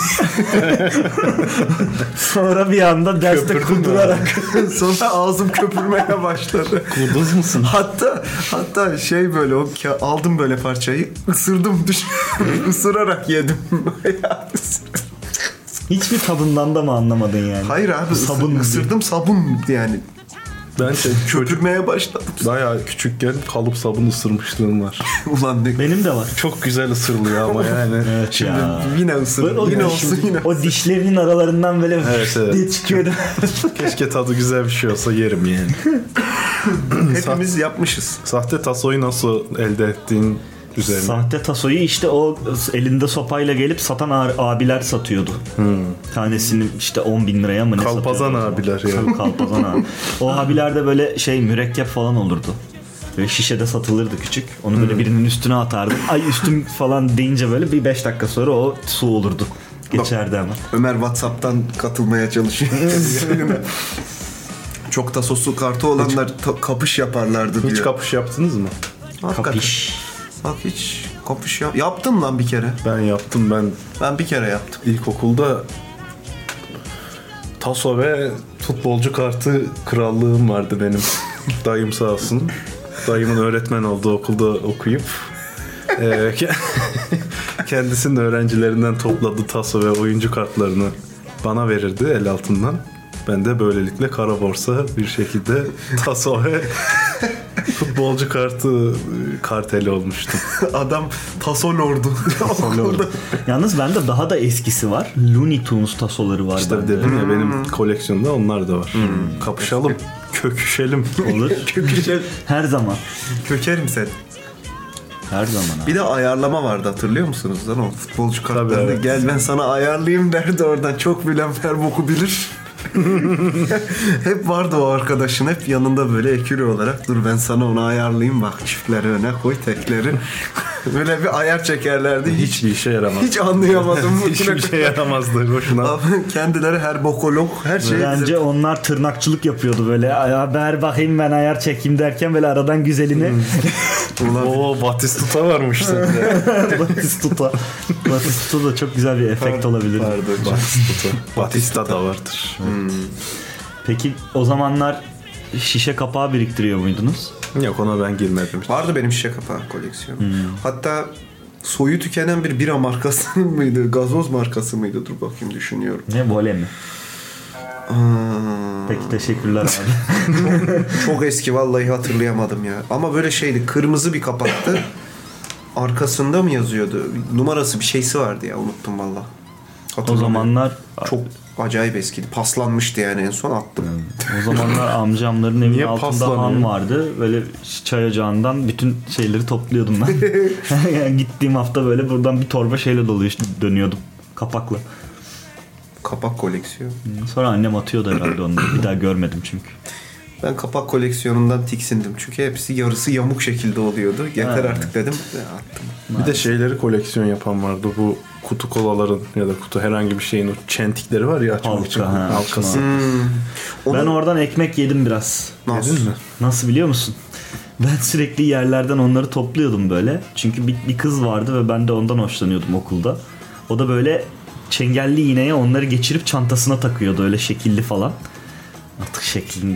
Sonra bir anda derste kudurarak. Sonra ağzım köpürmeye başladı. Kuduz musun? Hatta şey böyle aldım böyle parçayı, ısırdım, ısırarak yedim. Hiçbir tadından da mı anlamadın yani? Hayır abi, Sabun mu ısırdım, sabun yani. Ben Köpürmeye başladım. bayağı küçükken kalıp sabun ısırmışlığım var. Ulan ne Benim de var. Çok güzel ısırılıyor ama yani. Evet şimdi ya. yine ısırdım. Yine olsun yine. O dişlerinin aralarından böyle Evet, evet. diye çıkıyordu. Keşke tadı güzel bir şey olsa yerim yani. Hepimiz yapmışız. Sahte tasoyu nasıl elde ettiğin üzerine. Sahte tasoyu işte o elinde sopayla gelip satan abiler satıyordu. Tanesini işte 10.000 liraya mı ne satıyordu? Kalpazan abiler ya. Kalpazan abi. O abilerde böyle mürekkep falan olurdu. Böyle şişede satılırdı küçük. Onu böyle birinin üstüne atardım. Ay üstüm falan deyince böyle bir 5 dakika sonra o su olurdu. Geçerdi ama. Ömer WhatsApp'tan katılmaya çalışıyor. Çok tasosu kartı olanlar kapış yaparlardı diyor. Hiç kapış yaptınız mı? Hakikaten. Kapış. Bak hiç kapış yaptım lan bir kere. Ben yaptım. Ben bir kere yaptım. İlkokulda taso ve futbolcu kartı krallığım vardı benim. Dayım sağ olsun. Dayımın öğretmen olduğu okulda okuyup kendisinin öğrencilerinden topladığı taso ve oyuncu kartlarını bana verirdi el altından. Ben de böylelikle kara borsa bir şekilde taso ve futbolcu karteli olmuştum. Adam taso lordu. Yalnız bende daha da eskisi var. Looney Tunes tasoları var İşte bende. dedim ya, benim koleksiyonda onlar da var. Kapışalım, köküşelim. Olur. Her zaman. Kökerim sen. Her zaman abi. Bir de ayarlama vardı, hatırlıyor musunuz lan o futbolcu kartlarını? Tabii, evet. Gel ben sana ayarlayayım derdi oradan. Çok bilen her boku bilir. Hep vardı o arkadaşın, hep yanında böyle ekürü olarak, dur ben sana onu ayarlayayım, bak çiftleri öne koy, tekleri. Böyle bir ayar çekerlerdi. Hiçbir işe yaramaz. Hiç anlayamadım. Hiçbir şey yaramazdı. Boşuna. Kendileri her bokolog, her şey. Bence onlar tırnakçılık yapıyordu böyle. Ver bakayım ben ayar çekeyim derken böyle aradan güzelini. Oo, Batistuta varmış sende. Batistuta. Batistuta da çok güzel bir efekt olabilir. Batistuta. Batista da vardır. Peki o zamanlar şişe kapağı biriktiriyor muydunuz? Yok, ona ben girmedim. Vardı benim şişe kapağı koleksiyonum. Hatta soyu tükenen bir bira markası mıydı? Gazoz markası mıydı? Dur bakayım, düşünüyorum. Ne, Vole mi? Peki teşekkürler abi. Çok eski, vallahi hatırlayamadım ya. Ama böyle şeydi, kırmızı bir kapaktı. Arkasında mı yazıyordu? Numarası bir şeysi vardı ya, unuttum vallahi. O zamanlar çok acayip eskiydi. Paslanmıştı yani, en son attım. O zamanlar amcamların evinin Niye altında paslanıyor? han vardı. Böyle çay ocağından bütün şeyleri topluyordum ben. Yani gittiğim hafta böyle buradan bir torba şeyle dönüyordum. Kapakla. Kapak koleksiyonu. Sonra annem atıyordu herhalde onları. Bir daha görmedim çünkü. Ben kapak koleksiyonundan tiksindim. Çünkü hepsi yarısı yamuk şekilde oluyordu. Yeter artık dedim. Attım. Bir de şeyleri koleksiyon yapan vardı. Bu kutu kolaların ya da kutu herhangi bir şeyin o çentikleri var ya, açmak için. Halkası. Ben oradan ekmek yedim biraz. Nasıl? Yedin mi? Nasıl biliyor musun? Ben sürekli yerlerden onları topluyordum böyle. Çünkü bir kız vardı ve ben de ondan hoşlanıyordum okulda. O da böyle çengelli iğneye onları geçirip çantasına takıyordu, öyle şekilli falan. Artık şeklini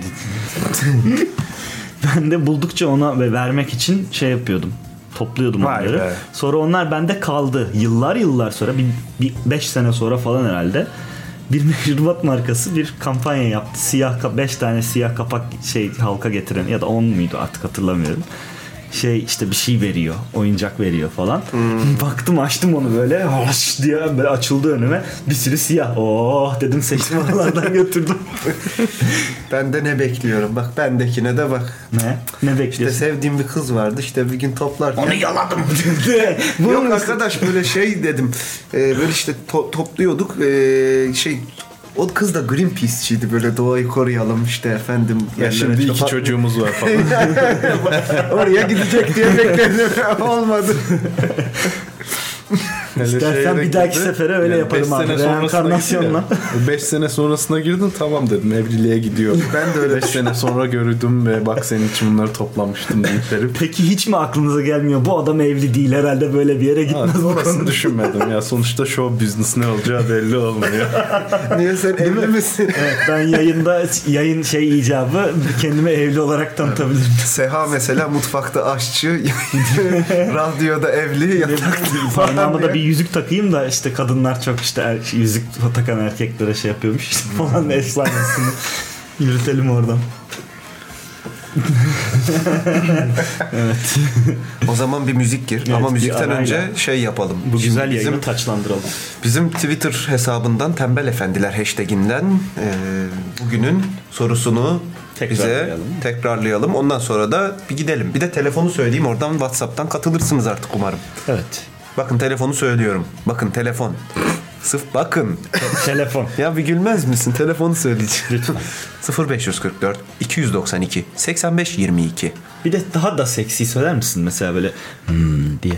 ben de buldukça ona vermek için şey yapıyordum. Topluyordum Vay onları. be. Sonra onlar bende kaldı. Yıllar sonra, bir 5 sene sonra falan herhalde. Bir meşrubat markası bir kampanya yaptı. 5 tane siyah kapak halka getiren, ya da 10 muydu artık hatırlamıyorum. işte bir şey veriyor. Oyuncak veriyor falan. Baktım açtım onu böyle. Haş diye böyle açıldı önüme. Bir sürü siyah. Oh dedim seçtim oralardan götürdüm. Ben de ne bekliyorum? Bak bendekine de bak. Ne? Ne İşte bekliyorsun? sevdiğim bir kız vardı. İşte bir gün toplarken. Onu yaladım. Yok arkadaş böyle şey dedim. Böyle işte topluyorduk. O kız da Greenpeace'çiydi, böyle doğayı koruyalım işte efendim. Ya şimdi 2 çocuğumuz var falan. Oraya gidecek diye bekledim. Olmadı. İstersen bir dahaki sefere öyle yaparım abi. Reenkarnasyonla. 5 sene sonrasına girdin, tamam dedim, evliliğe gidiyor. Ben de öyle 5 sene sonra gördüm ve bak senin için bunları toplamıştım deyip verip. Peki hiç mi aklınıza gelmiyor? Bu adam evli değil herhalde, böyle bir yere gitmez. Orasını düşünmedim ya. Sonuçta show business ne olacağı belli olmuyor. Niye, sen evli misin? Evet, ben yayın icabı kendimi evli olarak tanıtabilirim. Seha mesela mutfakta aşçı, radyoda evli, yatakta Parmağıma da bir yüzük takayım da işte kadınlar çok işte yüzük takan erkeklere şey yapıyormuş işte falan efsanesini yürütelim oradan. Evet. O zaman bir müzik gir. Evet, ama müzikten arayla önce şey yapalım. Bu Şimdi güzel yayını taçlandıralım. Bizim Twitter hesabından Tembel Efendiler hashtaginden bugünün sorusunu bize tekrarlayalım. Ondan sonra da bir gidelim. Bir de telefonu söyleyeyim. Oradan WhatsApp'tan katılırsınız artık umarım. Evet. Bakın telefonu söylüyorum. Bakın telefon. Sırf bakın. Telefon. Ya bir gülmez misin? Telefonu söyleyeceğim. Lütfen. 0544 292 85 22. Bir de daha da seksi söyler misin mesela böyle diye.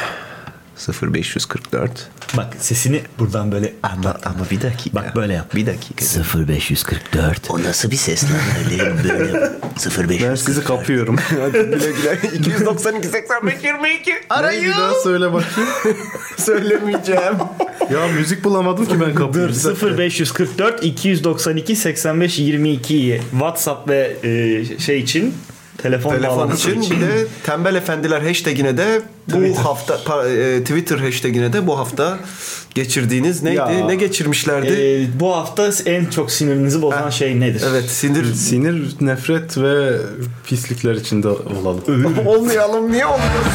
0544. Bak sesini buradan böyle Ama bir dakika. bak böyle yap. Bir dakika. 0544. O nasıl bir ses lan öyle böyle 05. Ben sizi kapıyorum. Hadi güle güle. 292 85 22. Arayın. Bir daha söyle bakayım. Söylemeyeceğim. Ya müzik bulamadım ki ben kapıyorum. 0544 292 85 22'yi WhatsApp ve için telefon için bir de Tembel Efendiler hashtagine de bu hafta Twitter hashtagine de bu hafta geçirdiğiniz neydi? Ya. Ne geçirmişlerdi? Bu hafta en çok sinirinizi bozan şey nedir? Evet, Sinir, nefret ve pislikler içinde olalım. Olmayalım, niye olmuyorsun?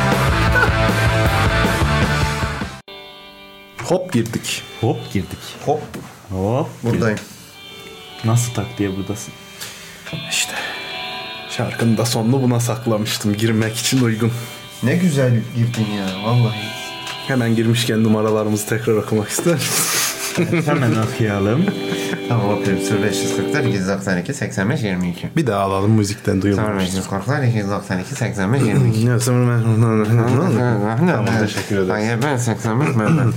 Hop girdik. Hop girdik. Hop, Hop. buradayım. Nasıl tak diye buradasın? İşte şarkının da sonunu buna saklamıştım, girmek için uygun. Ne güzel girdin ya vallahi. Hemen girmişken numaralarımızı tekrar okumak ister misin? Hemen okuyalım. Tamam, okuyorum. 0544 292 85 22. Bir daha alalım, müzikten duyulmamış. 0544 292 85 22. Tamam, teşekkür ederiz. Hayır, ben 85 ben.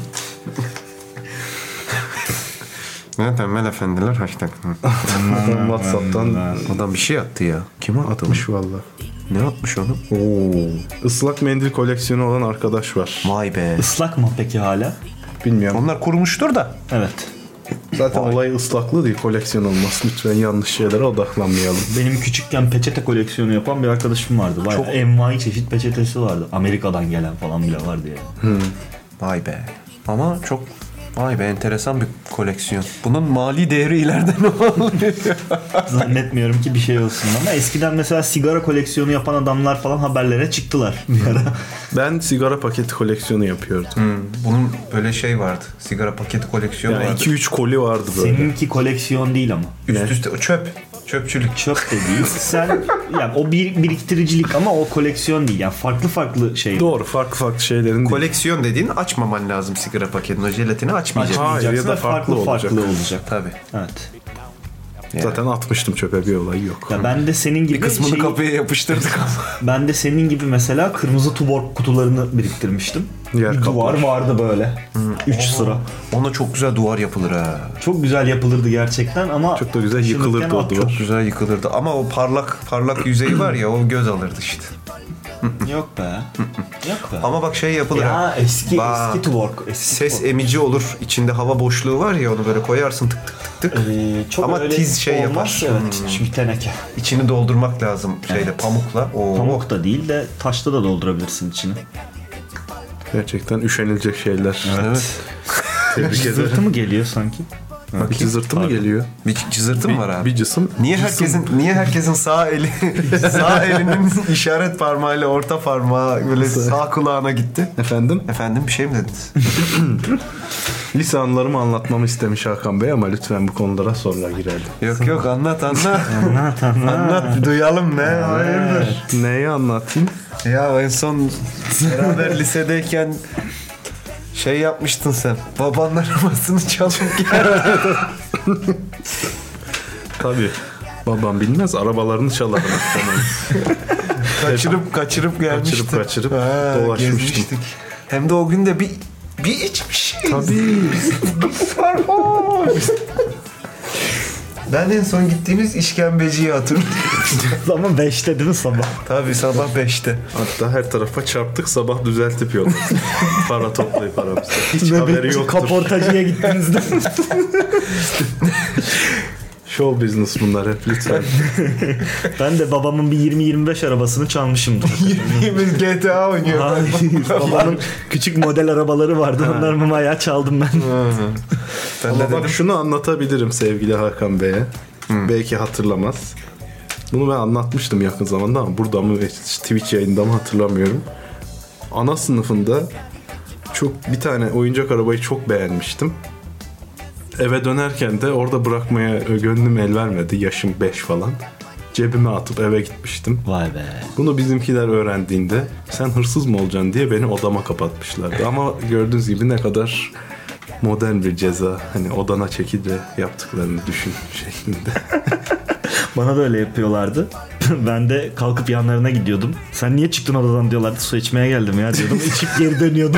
Ne Tembel Efendiler hashtag. WhatsApp'tan Adam bir şey attı ya. Kim attı? atmış valla. Ne atmış onu? Islak mendil koleksiyonu olan arkadaş var. Vay be. Islak mı peki hala? Bilmiyorum. Onlar kurumuştur da. Evet. Zaten olay ıslaklığı değil, koleksiyon olması. Lütfen yanlış şeylere odaklanmayalım. Benim küçükken peçete koleksiyonu yapan bir arkadaşım vardı. Bayağı envai çeşit peçetesi vardı. Amerika'dan gelen falan bile vardı yani. Vay be. Ama çok vay be, enteresan bir koleksiyon. Bunun mali değeri ileride ne oluyor? Zannetmiyorum ki bir şey olsun ama eskiden mesela sigara koleksiyonu yapan adamlar falan haberlere çıktılar bir ara. Ben sigara paketi koleksiyonu yapıyordum. Bunun öyle şey vardı. Sigara paketi koleksiyonu Yani vardı. 2-3 koli vardı böyle. Seninki koleksiyon değil ama. Üst üste çöp. Çöpçülük. Çöp de değil. Sen yani o biriktiricilik ama o koleksiyon değil. Yani farklı şey. Doğru, farklı şeylerin değil. Koleksiyon dediğin açmaman lazım sigara paketini. O jelatini açmayacaksın. Hayır, ya da farklı farklı olacak. Tabii. Evet. Zaten atmıştım çöpe, bir olay yok. Ya ben de senin gibi Bir kısmını kapıya yapıştırdık ama. ben de senin gibi mesela kırmızı Tuborg kutularını biriktirmiştim. Yer bir kaplar. duvar vardı böyle. 3 sıra. Ona çok güzel duvar yapılır ha. Çok güzel yapılırdı gerçekten ama Çok da güzel yıkılırdı o duvar. Çok güzel yıkılırdı. Ama o parlak yüzeyi var ya, o göz alırdı işte. Yok be. Yok be. Ama bak şey yapılır ha. ya eski Tuborg. Ses emici olur. İçinde hava boşluğu var ya, onu böyle koyarsın tık tık tık tık. Çok Ama öyle tiz şey olmaz, yapar. Evet. Çünkü teneke. İçini doldurmak lazım şeyde, Evet. pamukla. Pamuk da değil de taşla da doldurabilirsin içini. Gerçekten üşenilecek şeyler. Evet. Tebrik ederim. Zırtı mı geliyor sanki? Bir cızırtı mı geliyor? Bir cızırtı mı var abi? Bir cısım. Niye herkesin sağ elinin işaret parmağıyla orta parmağı böyle sağ kulağına gitti? Efendim? Efendim bir şey mi dediniz? Lise anılarımı anlatmamı istemiş Hakan Bey ama lütfen bu konulara sonra girelim. Yok anlat. Anlat duyalım ne? Hayırdır? Neyi anlatayım? Ya en son beraber lisedeyken şey yapmıştın sen. Babanın arabasını çalıp geldin. Tabii. Babam bilmez, arabalarını çalarım. Kaçırıp gelmiştin. Kaçırıp dolaşmıştım. Gezmiştik. Hem de o gün de bir içmişiz. Tabii. Ben en son gittiğimiz işkembeciyi hatırlıyorum. Ama 5'te değil mi sabah? Tabii sabah 5'te. Hatta her tarafa çarptık, sabah düzeltip yolladık. Para toplayıp aramızda. Hiç haberi yoktur. Kaportacıya gittiğinizde. Show business bunlar hep, lütfen. Ben de babamın bir 20-25 arabasını çalmışımdır. 20 GTA oynuyor. Hayır, babamın küçük model arabaları vardı. Onları bayağı çaldım ben. Ama bak şunu anlatabilirim sevgili Hakan Bey'e. Belki hatırlamaz. Bunu ben anlatmıştım yakın zamanda ama burada mı Twitch yayında mı hatırlamıyorum. Ana sınıfında bir tane oyuncak arabayı çok beğenmiştim. Eve dönerken de orada bırakmaya gönlüm el vermedi. Yaşım 5 falan. Cebime atıp eve gitmiştim. Vay be. Bunu bizimkiler öğrendiğinde sen hırsız mı olacaksın diye beni odama kapatmışlardı. Ama gördüğünüz gibi ne kadar modern bir ceza. Hani odana çekilce yaptıklarını düşün şeklinde. Bana da öyle yapıyorlardı. Ben de kalkıp yanlarına gidiyordum. Sen niye çıktın odadan diyorlardı. Su içmeye geldim ya diyordum. İçip geri dönüyordum.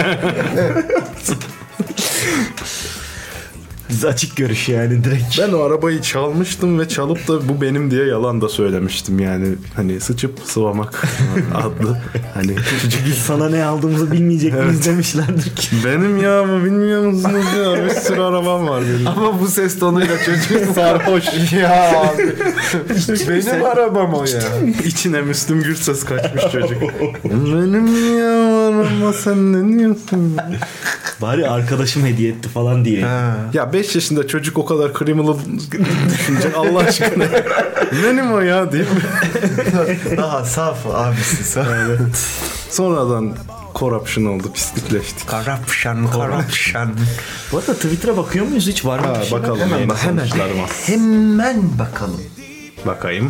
Biz açık görüş yani direkt. Ben o arabayı çalmıştım ve çalıp da bu benim diye yalan da söylemiştim yani. Hani sıçıp sıvamak adlı. Hani Biz sana ne aldığımızı bilmeyecek miyiz demişlerdir ki. benim ya bu bilmiyor musunuz ya? Bir sürü arabam var benim. Ama bu ses tonuyla çocuk sarhoş. Ya abi. Benim arabam o ya. İçine Müslüm Gürses kaçmış çocuk. Benim ya araba, sen ne diyorsun? Bari arkadaşım hediye etti falan diye. Ya 5 yaşında çocuk o kadar criminal düşünecek Allah aşkına. Benim o ya değil mi? Daha saf abisi saf. Evet. Sonradan corruption oldu, pislikleştik. Corruption. Bu arada Twitter'a bakıyor muyuz? Hiç var mı? bir şey? Bakalım Hemen bakalım. Bakayım.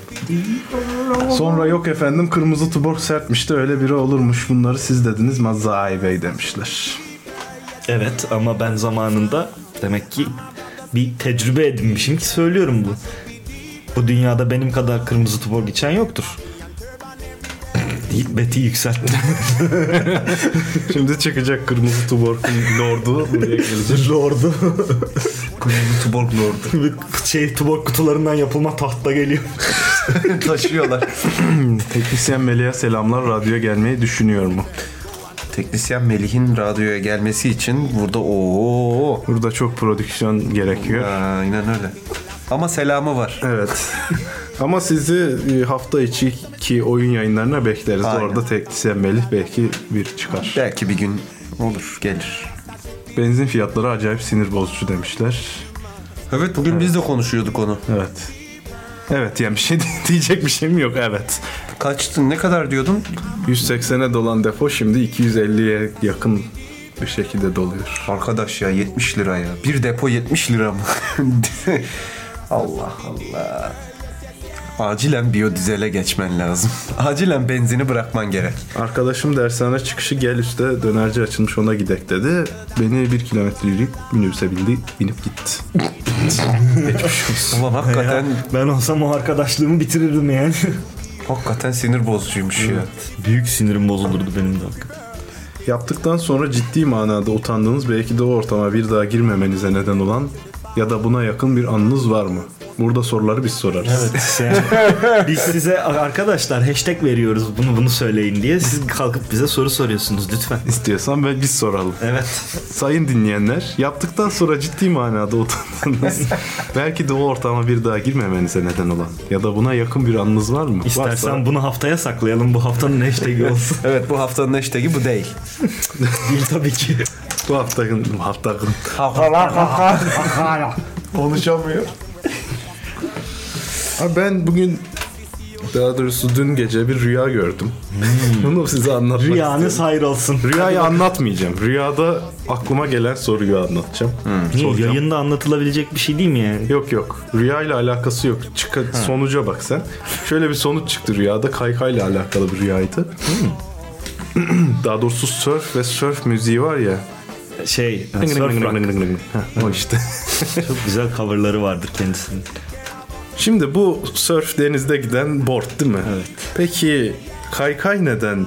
Sonra yok efendim kırmızı tuborg sertmişti, öyle biri olurmuş. Bunları siz dediniz Mazai Bey demişler. Evet ama ben zamanında demek ki bir tecrübe edinmişim ki söylüyorum bu. Bu dünyada benim kadar kırmızı tuborg içen yoktur. Deyip beti yükselttim. Şimdi çıkacak kırmızı tuborg'un lordu buraya gelecek. Lordu. Kırmızı tuborg lordu. Tuborg kutularından yapılma tahta geliyor. Taşıyorlar. Teknisyen Melih'e selamlar, radyoya gelmeyi düşünüyor mu? Teknisyen Melih'in radyoya gelmesi için burada çok prodüksiyon gerekiyor. Aynen öyle. Ama selamı var. Evet. Ama sizi hafta içi oyun yayınlarına bekleriz. Aynen. Orada teknisyen Melih belki bir çıkar. Belki bir gün olur, gelir. Benzin fiyatları acayip sinir bozucu demişler. Evet, bugün biz de konuşuyorduk onu. Evet. Evet, yani bir şey diyecek bir şeyim yok. Evet. Kaçtın? Ne kadar diyordun? 180'e dolan depo şimdi 250'ye yakın bir şekilde doluyor. Arkadaş ya, 70 lira ya. Bir depo 70 lira mı? Allah Allah. Acilen biyodizele geçmen lazım. Acilen benzini bırakman gerek. Arkadaşım dershane çıkışı gel üstte dönerci açılmış ona gidek dedi. Beni 1 kilometre yürüyüp minibüse binip gitti. Geçmiş olsun. Ulan hakikaten Ben olsam o arkadaşlığımı bitirirdim yani. hakikaten sinir bozucuymuş ya. Büyük sinirim bozulurdu benim de hakikaten. Yaptıktan sonra ciddi manada utandığınız, belki de o ortama bir daha girmemenize neden olan ya da buna yakın bir anınız var mı? Burada soruları biz sorarız. Evet. Yani biz size arkadaşlar hashtag veriyoruz bunu söyleyin diye. Siz kalkıp bize soru soruyorsunuz lütfen. İstiyorsan ve biz soralım. Evet. Sayın dinleyenler, yaptıktan sonra ciddi manada utandınız. Belki de o ortama bir daha girmemenize neden olan ya da buna yakın bir anınız var mı? İstersen varsa... bunu haftaya saklayalım. Bu haftanın hashtag'i olsun. Evet, bu haftanın hashtag'i bu değil. Değil tabii ki. Bu haftanın Konuşamıyor. Abi ben bugün, daha doğrusu dün gece bir rüya gördüm. Bunu size anlatmak Rüyanız istiyorum. hayır olsun. Rüyayı anlatmayacağım. Rüyada aklıma gelen soruyu anlatacağım. Niye? Soracağım. Yayında anlatılabilecek bir şey değil mi yani? Yok. Rüyayla alakası yok. Sonuca bak sen. Şöyle bir sonuç çıktı rüyada. Kaykayla alakalı bir rüyaydı. Daha doğrusu surf ve surf müziği var ya. Surf rock. O işte. Çok güzel coverları vardır kendisinin. Şimdi bu surf denizde giden board değil mi? Evet. Peki kaykay neden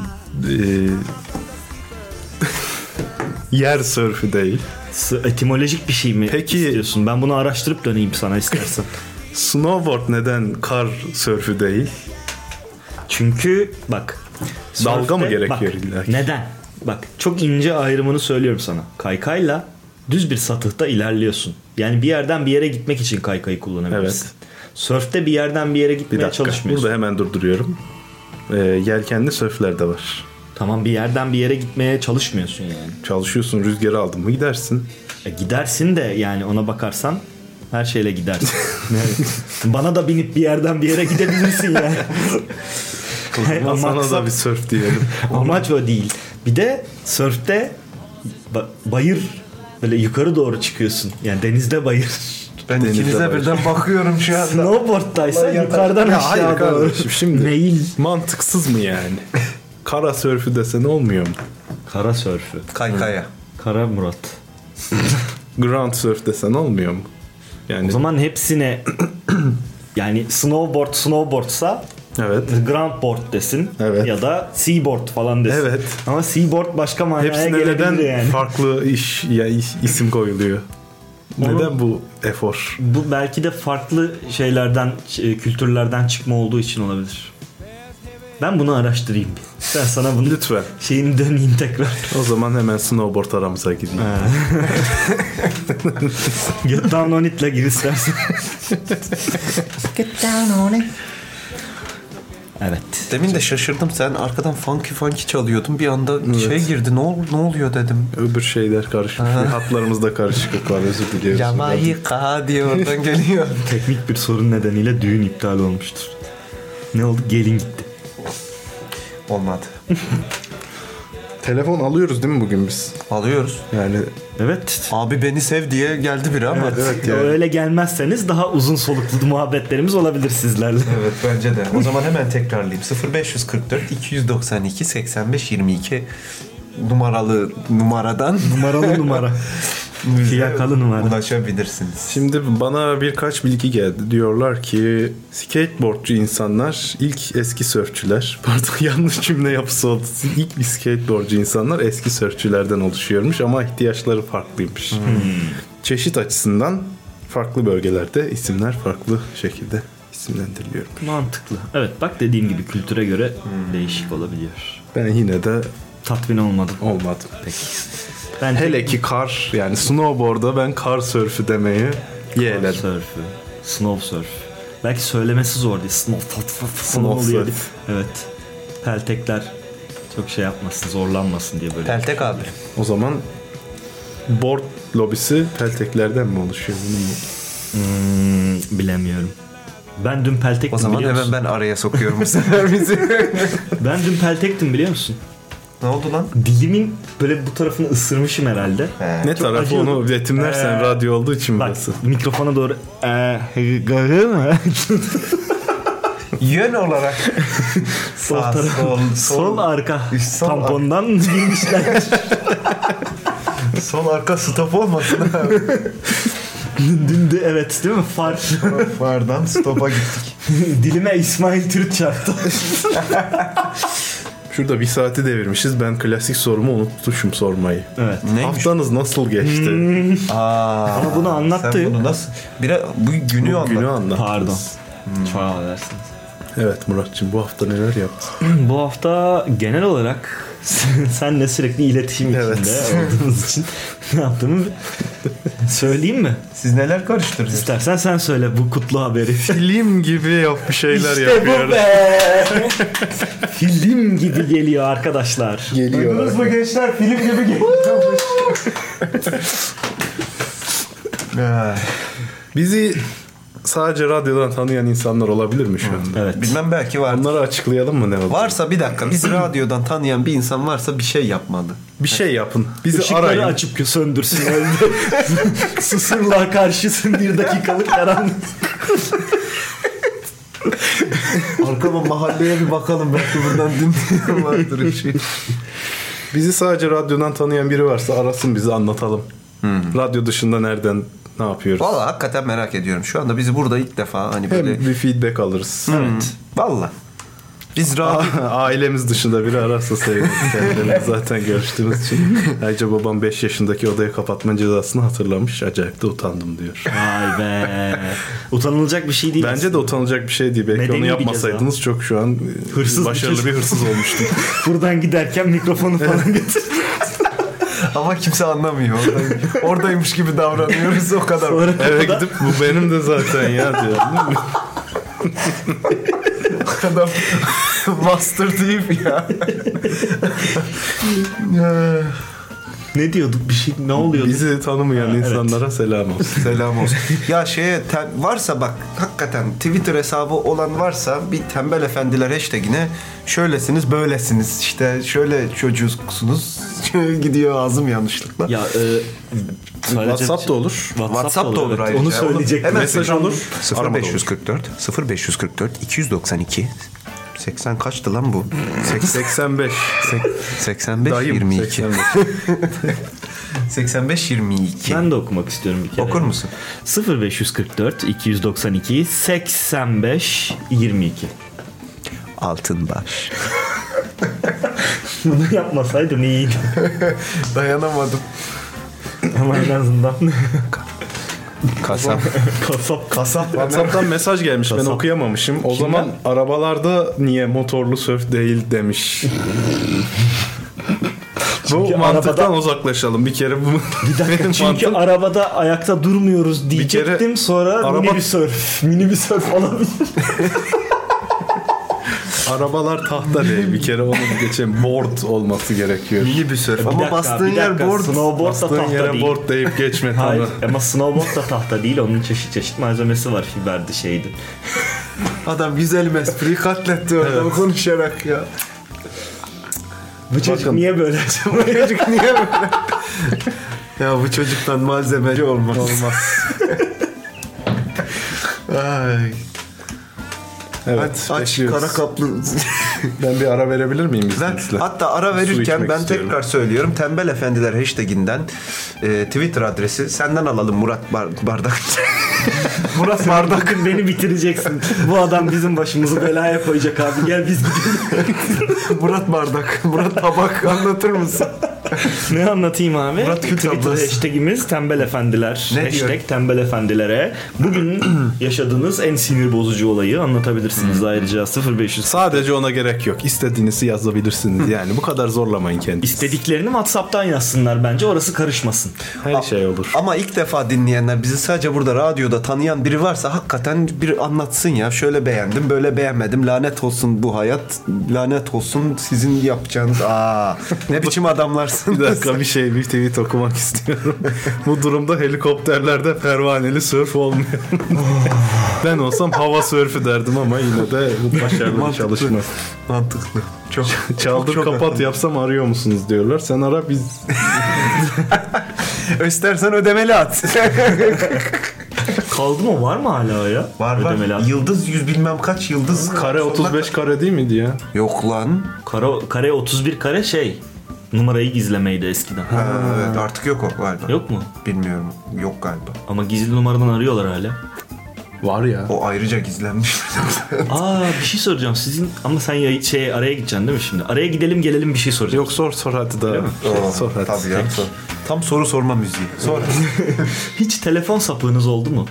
yer sörfü değil? Etimolojik bir şey mi Peki- istiyorsun? Ben bunu araştırıp döneyim sana istersen. Snowboard neden kar sörfü değil? Çünkü bak. Dalga mı surf'te- gerekiyor bak, illa ki? Neden? Bak çok ince ayrımını söylüyorum sana. Kaykayla düz bir satıhta ilerliyorsun. Yani bir yerden bir yere gitmek için kaykayı kullanabilirsin. Evet. Sörfte bir yerden bir yere Bir gitmeye dakika. çalışmıyorsun. Burada hemen durduruyorum. Yelkenli sörfler de var. Tamam bir yerden bir yere gitmeye çalışmıyorsun yani. Çalışıyorsun, rüzgarı aldın mı gidersin. Gidersin de yani ona bakarsan her şeyle gidersin. Yani bana da binip bir yerden bir yere gidebilirsin yani. Ama sana Maksat- da bir sörf diyelim. Amaç o değil. Bir de sörfte bayır böyle yukarı doğru çıkıyorsun. Yani denizde bayır. Ben Denizde ikinize var. birden bakıyorum şu anda. Snowboard'daysa yukarıdan Ya aşağı hayır doğru. kardeşim, şimdi Meyil. mantıksız mı yani? Kara sörfü desen olmuyor mu? Kara sörfü. Kaykaya. Kara Murat. Ground surf desen olmuyor mu? Yani O zaman hepsine yani snowboardsa evet. groundboard desin Evet. ya da seaboard falan desin. Evet. Ama seaboard başka manaya Hepsine gelebilir neden yani. farklı isim koyuluyor? Onu- Neden bu efor? Bu belki de farklı şeylerden, kültürlerden çıkma olduğu için olabilir. Ben bunu araştırayım bir. Ben sana bunu Lütfen. şeyini döneyim tekrar. O zaman hemen snowboard aramıza gideyim. Get down on it'le gir istersen. Get down on it. Evet. Demin de şaşırdım. Sen arkadan funky çalıyordun. Bir anda şey girdi. Ne oluyor dedim. Öbür şeyler karışmış. Hatlarımızda karışıklık var, özür diliyoruz. Jamaika diye oradan geliyor. Teknik bir sorun nedeniyle düğün iptal olmuştur. Ne oldu? Gelin gitti. Olmadı. Telefon alıyoruz değil mi bugün biz? Alıyoruz. Yani Evet. Abi beni sev diye geldi biri ama. evet yani. Öyle gelmezseniz daha uzun soluklu muhabbetlerimiz olabilir sizlerle. Evet bence de. O zaman hemen tekrarlayayım. 0544 292 85 22 numaradan Numaralı numara. Fiyakalı numara. ulaşabilirsiniz. Şimdi bana birkaç bilgi geldi. Diyorlar ki skateboardcu insanlar ilk eski sörfçüler. Pardon, yanlış cümle yapısı oldu. İlk skateboardcu insanlar eski sörfçülerden oluşuyormuş ama ihtiyaçları farklıymış. Çeşit açısından farklı bölgelerde isimler farklı şekilde isimlendiriliyor. Mantıklı. Evet bak dediğim gibi kültüre göre değişik olabiliyor. Ben yine de Tatmin olmadım. olmadım. Peki. Ben Hele ki kar, yani snowboard'a ben kar sörfü demeyi yeğledim. sörfü, snow surf. Belki söylemesi zor değil. Snow Snow oluyor surf. diye. Evet. Peltekler çok şey yapmasın, zorlanmasın diye böyle. Peltek abi. O zaman board lobisi pelteklerden mi oluşuyor? Bunu mu? Bilemiyorum. Ben dün peltektim O zaman biliyor hemen musun? ben araya sokuyorum bu sefer bizi. Ben dün peltektim biliyor musun? Ne oldu lan? Dilimin böyle bu tarafını ısırmışım herhalde. Ne tarafı acıyordu. onu betimlersen radyo olduğu için Bak burası. mikrofona doğru garı mı? Yön olarak sağ, Sol arka Sol tampondan girmişler. sol arka stop olmasın abi. Dün de evet değil mi? Far. Vardan stop'a gittik. Dilime İsmail Türk çarptı. Şurada bir saati devirmişiz. Ben klasik sorumu unutmuşum sormayı. Evet. Neymiş? Haftanız nasıl geçti? Ama bunu anlattı. Sen bunu nasıl? Bu günü Bu anlat. günü anlat. Pardon. Çok affedersiniz. Evet Muratçığım, bu hafta neler yaptın? Bu hafta genel olarak senle sürekli iletişim içinde Evet. olduğumuz için ne yaptığımı söyleyeyim mi? Siz neler karıştırıyorsunuz? İstersen sen söyle bu kutlu haberi. Film gibi bir şeyler İşte yapıyoruz. bu be. Film gibi geliyor arkadaşlar. Geliyor. mu gençler? Film gibi geliyormuş. Bizi sadece radyodan tanıyan insanlar olabilir mi şu anda? Evet. Bilmem, belki var. Onları açıklayalım mı ne oldu? Varsa bir dakika, bizi radyodan tanıyan bir insan varsa bir şey yapmalı. Bir şey yapın. Bizi Işıkları arayın. açıp söndürsün evde. Susırlar karşısın 1 dakikalık karanlık. Arkama mahalleye bir bakalım, belki buradan dinleyen vardır bir şey. Bizi sadece radyodan tanıyan biri varsa arasın, bizi anlatalım. Radyo dışında nereden ne yapıyoruz? Valla hakikaten merak ediyorum. Şu anda bizi burada ilk defa hani böyle... Hem bir feedback alırız. Evet. Valla. Biz radyo... Ailemiz dışında biri ararsa seviniriz. Kendilerine zaten görüştüğümüz için. Ayrıca babam 5 yaşındaki odaya kapatma cezasını hatırlamış. Acayip de utandım diyor. Vay be. Utanılacak bir şey değil. Bence de utanılacak bir şey değil. Belki Medeni onu bir yapmasaydınız çok şu an Hırsız başarılı bir hırsız olmuştum. Buradan giderken mikrofonu falan getir. Ama kimse anlamıyor. Oradaymış gibi davranıyoruz, o kadar. Sonra Eve kapıda- gidip bu benim de zaten ya diyor. Değil mi? Adam master deyip ya. Ne diyorduk bir şey, ne oluyordu? Bizi tanımayan insanlara selam olsun. Selam olsun. Ya varsa bak, hakikaten Twitter hesabı olan varsa bir tembel efendiler hashtagine şöylesiniz böylesiniz işte şöyle çocuğsunuz gidiyor ağzım yanlışlıkla. Ya WhatsApp da olur. WhatsApp da olur evet. ayrıca. Onu söyleyecektim. Hemen Mesaj söyleyeceğim. olur. 0544 292 80 kaçtı lan bu? 85. 85 Dayım, 22. 85. 85 22. Ben de okumak istiyorum bir kere. Okur musun? 0544 292 85 22. Altınbaş. Bunu yapmasaydın iyiydi. Dayanamadım. Ama en azından Kasap. kasap. WhatsApp'tan mesaj gelmiş. Ben Kasap. okuyamamışım. O zaman arabalarda niye motorlu sörf değil demiş. Çünkü Bu mantıktan arabada- uzaklaşalım. Bir kere bu Bir dakika, benim çünkü mantığım- arabada ayakta durmuyoruz diyecektim, kere sonra araba- minibüsörf olabilir. arabalar tahta değil. Bir kere onu geçelim. Board olması gerekiyor. Minibüsör. Bir Ama dakika, bastığın bir yer dakika. board. Snowboard da Bastığın tahta yere değil. board deyip geçme. Hayır, Tamam. ama snowboard da tahta değil, onun çeşit malzemesi var, fiberdi şeydi. Adam güzel espriyi katletti orada konuşarak ya. Bu çocuk Bakın. niye böyle? Bu çocuk niye böyle? Ya bu çocuktan malzemeci olmaz. Olmaz. Ay. Evet. Aç bekliyoruz. kara kaplı. Ben bir ara verebilir miyim Ben, izninizle? hatta ara Su verirken içmek ben istiyorum. tekrar söylüyorum. Tembel Efendiler hashtaginden Twitter adresi senden alalım Murat Bardak. Murat Bardak'ın beni bitireceksin. Bu adam bizim başımızı belaya koyacak abi. Gel biz gidelim. Murat Bardak. Murat Tabak anlatır mısın? Ne anlatayım abi? Murat Kül Twitter tablası. hashtagimiz tembel efendiler. Ne Hashtag diyor? tembel efendilere. Bugün yaşadığınız en sinir bozucu olayı anlatabilirsiniz ayrıca 0500. Sadece ona gerek yok. İstediğinizi yazabilirsiniz. Yani bu kadar zorlamayın kendinizi. İstediklerini WhatsApp'tan yazsınlar bence, orası karışmasın. Her şey olur. Ama ilk defa dinleyenler, bizi sadece burada radyoda tanıyan biri varsa hakikaten bir anlatsın ya. Şöyle beğendim, böyle beğenmedim. Lanet olsun bu hayat. Lanet olsun sizin yapacağınız. Ne biçim adamlarsınız. Bir dakika bir tweet okumak istiyorum. Bu durumda helikopterlerde pervaneli sörf olmuyor. Ben olsam hava sörfü derdim ama yine de başarılı bir Mantıklı. çalışma. Mantıklı. Çok Çaldır çok kapat yapsam arıyor musunuz diyorlar. Sen ara biz. İstersen ödemeli at. Kaldı mı, var mı hala ya? Var Ödemeli var. at. Yıldız 100 bilmem kaç yıldız. Kare 35 kare değil miydi ya? Yok lan. Kare 31 kare şey. Numarayı gizlemeydi eskiden. Evet, artık yok o galiba. Yok mu? Bilmiyorum. Yok galiba. Ama gizli numaradan arıyorlar hala. Var ya. O ayrıca gizlenmiş. Bir şey soracağım. Sizin ama sen araya gideceksin değil mi şimdi? Araya gidelim gelelim bir şey soracağım. Yok sor hadi da. Sor hadi. Tabii ya. Sor. Tam soru sorma müziği. Sor. Hiç telefon sapığınız oldu mu?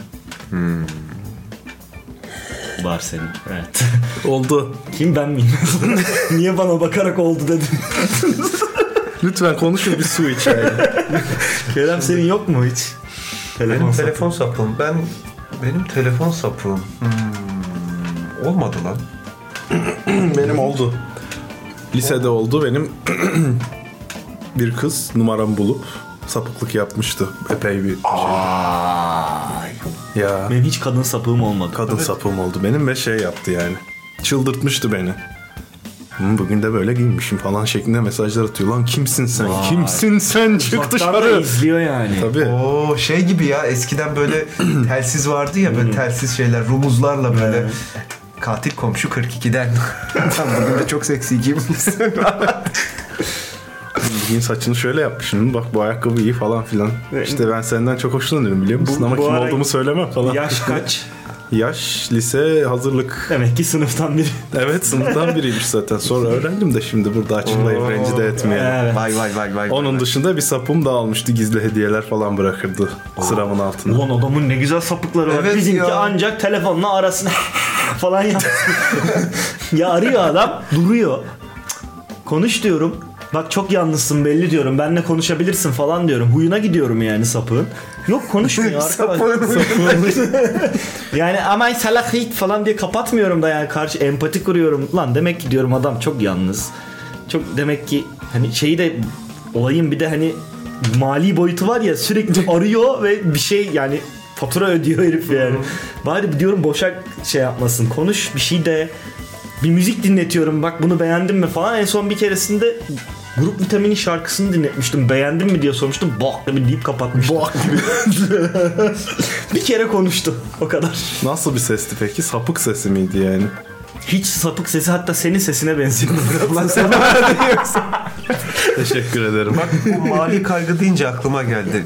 Var senin. Evet. Oldu. Kim, ben miyim? Niye bana bakarak oldu dedin? Lütfen konuşun bir su iç yani. Kerem, senin yok mu hiç? Benim telefon sapığım. Benim telefon sapığım. Olmadı lan. Benim oldu. Lisede oldu. Benim bir kız numaramı bulup sapıklık yapmıştı. Epey bir. Ya Benim hiç kadın sapığım olmadı. kadın sapığım oldu benim ve şey yaptı yani. Çıldırtmıştı beni. Bugün de böyle giyinmişim falan şeklinde mesajlar atıyor. Lan kimsin sen? Vay. Kimsin sen? Çık Uzaktan da dışarı. izliyor yani. Tabii. Oo şey gibi ya, eskiden böyle telsiz vardı ya, böyle telsiz şeyler rumuzlarla böyle katil komşu 42'den. Tam bugün de çok seksi giymişsin. Bugün saçını şöyle yapmışsın. Bak bu ayakkabı iyi falan filan. İşte ben senden çok hoşlanıyorum biliyor musun? Ama bu kim ara- olduğumu söylemem falan. Yaş kaç? Yaş, lise, hazırlık. Demek ki sınıftan biri. Evet, sınıftan biriymiş zaten. Sonra öğrendim de şimdi burada açıklayıp rencide etmeyelim. Evet. Vay. Onun dışında bir sapım da almıştı. Gizli hediyeler falan bırakırdı sıramın altına. Ulan adamın ne güzel sapıkları var. Evet Bizimki ya. ancak telefonla arasın falan yapsın. Ya arıyor adam, duruyor. Konuş diyorum. Bak çok yalnızsın belli diyorum. Benle konuşabilirsin falan diyorum. Huyuna gidiyorum yani sapığın. Yok konuşmuyor arkadaş. Yani aman salak hit falan diye kapatmıyorum da yani karşı empati kuruyorum. Lan demek ki diyorum adam çok yalnız. Çok demek ki hani şeyi de olayın bir de hani mali boyutu var ya, sürekli arıyor ve bir şey yani fatura ödüyor herif yani. Bari diyorum boşa şey yapmasın. Konuş bir şey de. Bir müzik dinletiyorum bak bunu beğendin mi falan. En son bir keresinde Grup Vitamin'in şarkısını dinletmiştim. Beğendin mi diye sormuştum. Bak gibi deyip kapatmıştım. Bak gibi. Bir kere konuştu. O kadar. Nasıl bir sesti peki? Sapık sesi miydi yani? Hiç sapık sesi, hatta senin sesine benziyor. Lan sen bana diyorsun. Teşekkür ederim. Bak bu mali kaygı deyince aklıma geldi.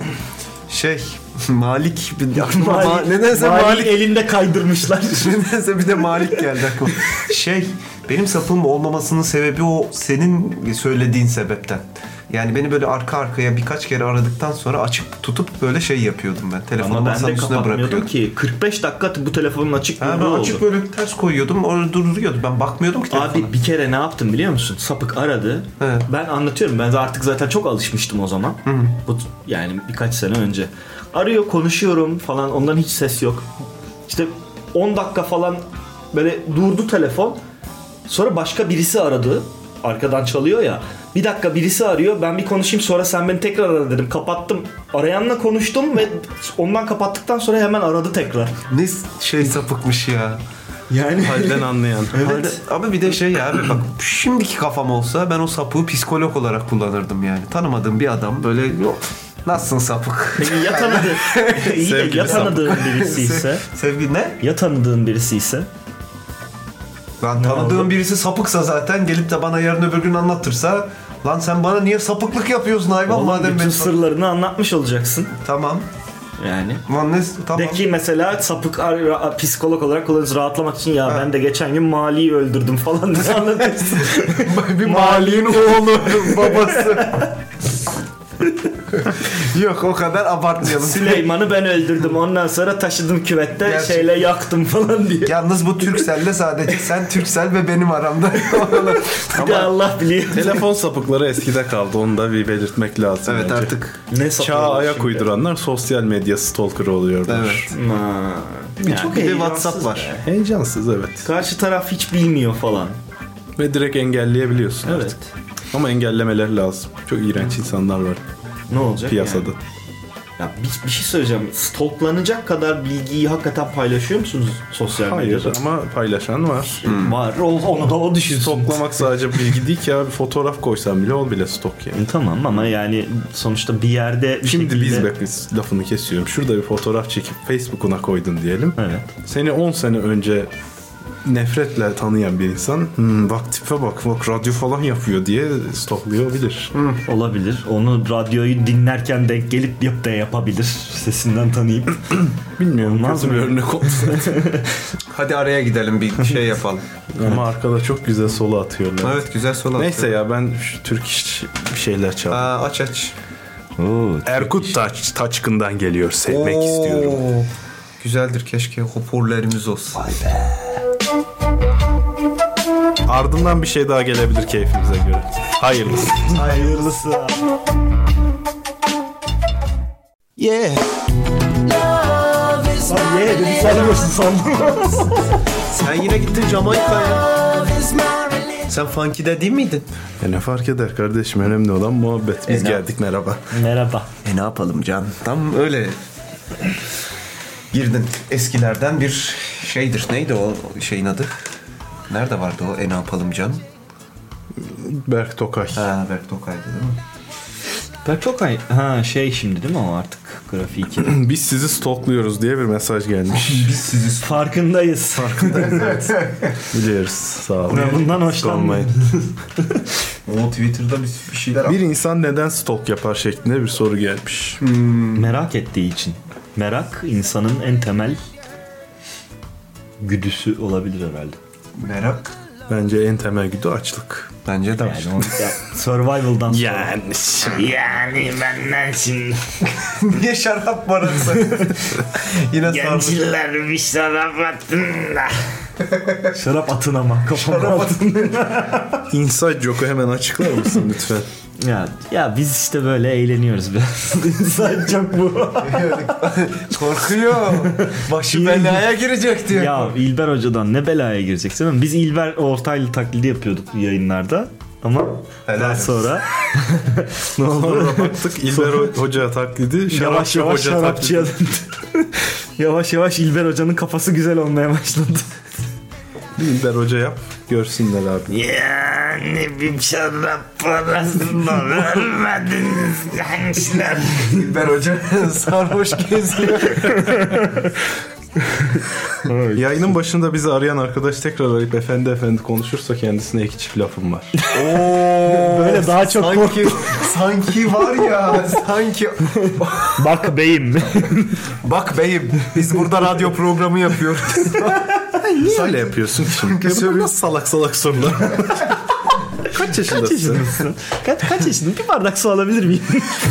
Malik nedense Malik elinde kaydırmışlar. nedense bir de Malik geldi aklıma. Benim sapığım olmamasının sebebi o senin söylediğin sebepten. Yani beni böyle arka arkaya birkaç kere aradıktan sonra açık tutup böyle şey yapıyordum ben. Telefonu Ama ben masanın de üstüne kapatmıyordum bırakıyordum. ki. 45 dakika bu telefonun açık Ben oldu. açık böyle ters koyuyordum. Orada duruyordu. Ben bakmıyordum ki telefona. Abi bir kere ne yaptım biliyor musun? Sapık aradı. Evet. Ben anlatıyorum. Ben artık zaten çok alışmıştım o zaman. Bu yani birkaç sene önce. Arıyor, konuşuyorum falan. Ondan hiç ses yok. İşte 10 dakika falan böyle durdu telefon. Sonra başka birisi aradı. Arkadan çalıyor ya. Bir dakika birisi arıyor. Ben bir konuşayım, sonra sen beni tekrar ara dedim. Kapattım. Arayanla konuştum ve ondan kapattıktan sonra hemen aradı tekrar. Ne sapıkmış ya. Yani Halden anlayan. Evet. Abi bir de abi bak şimdiki kafam olsa ben o sapığı psikolog olarak kullanırdım yani. Tanımadığım bir adam böyle yok. Nasılsın sapık? peki ya tanıdığın iyi de Sevgili ya tanıdığın birisi ise? Sevgi ne? Ya tanıdığın birisi ise? Lan tanıdığım birisi sapıksa zaten gelip de bana yarın öbür gün anlatırsa, lan sen bana niye sapıklık yapıyorsun hayvan? Oğlum, madem bütün ben sırlarını anlatmış olacaksın. Tamam. Yani. Lan ne tamam. De ki mesela sapık psikolog olarak kullanırız rahatlamak için, ya ben de geçen gün Mali'yi öldürdüm falan diye anlatırsın. Bir Mali'nin oğlu, babası. Yok o kadar abartmayalım. Süleyman'ı ben öldürdüm, ondan sonra taşıdım küvette Gerçekten. şeyle yaktım falan diye. Yalnız bu Turkcell'le sadece sen Turkcell ve benim aramda. Bir de Allah biliyor. Telefon sapıkları eskide kaldı. Onu da bir belirtmek lazım Evet bence. artık. Ne Çağa ayak uyduranlar sosyal medya stalker'ı oluyorlar. Evet. Çok Bir de WhatsApp var. Heyecansız evet. Karşı taraf hiç bilmiyor falan. Ve direkt engelleyebiliyorsun Evet. artık. Ama engellemeler lazım. Çok iğrenç insanlar var Ne olacak piyasada. yani? Ya bir şey söyleyeceğim. Stalklanacak kadar bilgiyi hakikaten paylaşıyor musunuz sosyal Hayır medyada? ama paylaşan var. Var. Onu da o düşünsün. Stoklamak sadece bilgi değil ki abi. Fotoğraf koysan bile o bile stok yani. Tamam ama yani sonuçta bir yerde bir Şimdi şekilde... biz lafını kesiyorum. Şurada bir fotoğraf çekip Facebook'una koydun diyelim. Evet. Seni 10 sene önce nefretle tanıyan bir insan bak tipe bak radyo falan yapıyor diye stoklayabilir. Olabilir. Onu radyoyu dinlerken denk gelip de yapabilir. Sesinden tanıyıp. Bilmiyorum Olmaz kötü bir mı? örnek oldu. Hadi araya gidelim bir şey yapalım. Ama arkada çok güzel solo atıyorlar. Evet güzel sola. Neyse ya ben şu Türk bir şeyler çaldım. Aç. Erkut Taçkın'dan geliyor. Sevmek istiyorum. Güzeldir, keşke hoparlörlerimiz olsun. Ardından bir şey daha gelebilir keyfimize göre. Hayırlısı. Hayırlısı. Yeah. Abi ye dedi sanıyorsun sandım. Sen yine gittin Jamaika'ya. Sen funky'de değil miydin? Ne fark eder kardeşim, önemli olan muhabbet. Biz geldik, merhaba. Merhaba. Ne yapalım can? Tam öyle. girdin. Eskilerden bir şeydir. Neydi o şeyin adı? Nerede vardı o Ne Yapalım Can? Berk Tokay. Ha, Berk Tokay'dı değil mi? Berk Tokay şimdi değil mi o artık grafik? Biz sizi stalkluyoruz diye bir mesaj gelmiş. Biz sizi Farkındayız. Evet. Biliyoruz. Sağ olun. Bundan hoşlanmayın. O Twitter'da bir şeyler... Bir insan neden stalk yapar şeklinde bir soru gelmiş. Merak ettiği için. Merak insanın en temel güdüsü olabilir herhalde. Merak. Bence en temel güdü açlık. Bence de. Yani survival'dan sonra. Yani benden şimdi Niye şarap parası? Yine sarmış. gençler bir şarap attın da. Şarap atın ama kafama atın. Inside joke'u hemen açıklar mısın lütfen? Ya biz işte böyle eğleniyoruz biraz. Sadece çok bu. Korkuyor. Başı belaya girecek diyor. Ya İlber Hoca'dan ne belaya gireceksin ama biz İlber Ortaylı taklidi yapıyorduk yayınlarda. Ama Helal daha olsun. sonra ne oldu? Sonra baktık İlber Hoca taklidi. Yavaş yavaş Hoca şarapçıya taklidi. döndü. Yavaş yavaş İlber Hoca'nın kafası güzel olmaya başladı. Bir İlber Hoca yap. Görsünler abi. Yani bir şarap parasını vermediniz gençler. İlber Hoca sarhoş geziyor. Yayının başında bizi arayan arkadaş tekrar arayıp efendi konuşursa kendisine iki çift lafım var. Böyle daha çok sanki var ya sanki Bak beyim. bak beyim biz burada radyo programı yapıyoruz. Niye öyle yapıyorsun şimdi? Bunlar salak sorular. Kaç yaşındasın? Kaç yaşındasın? Bir bardak su alabilir miyim?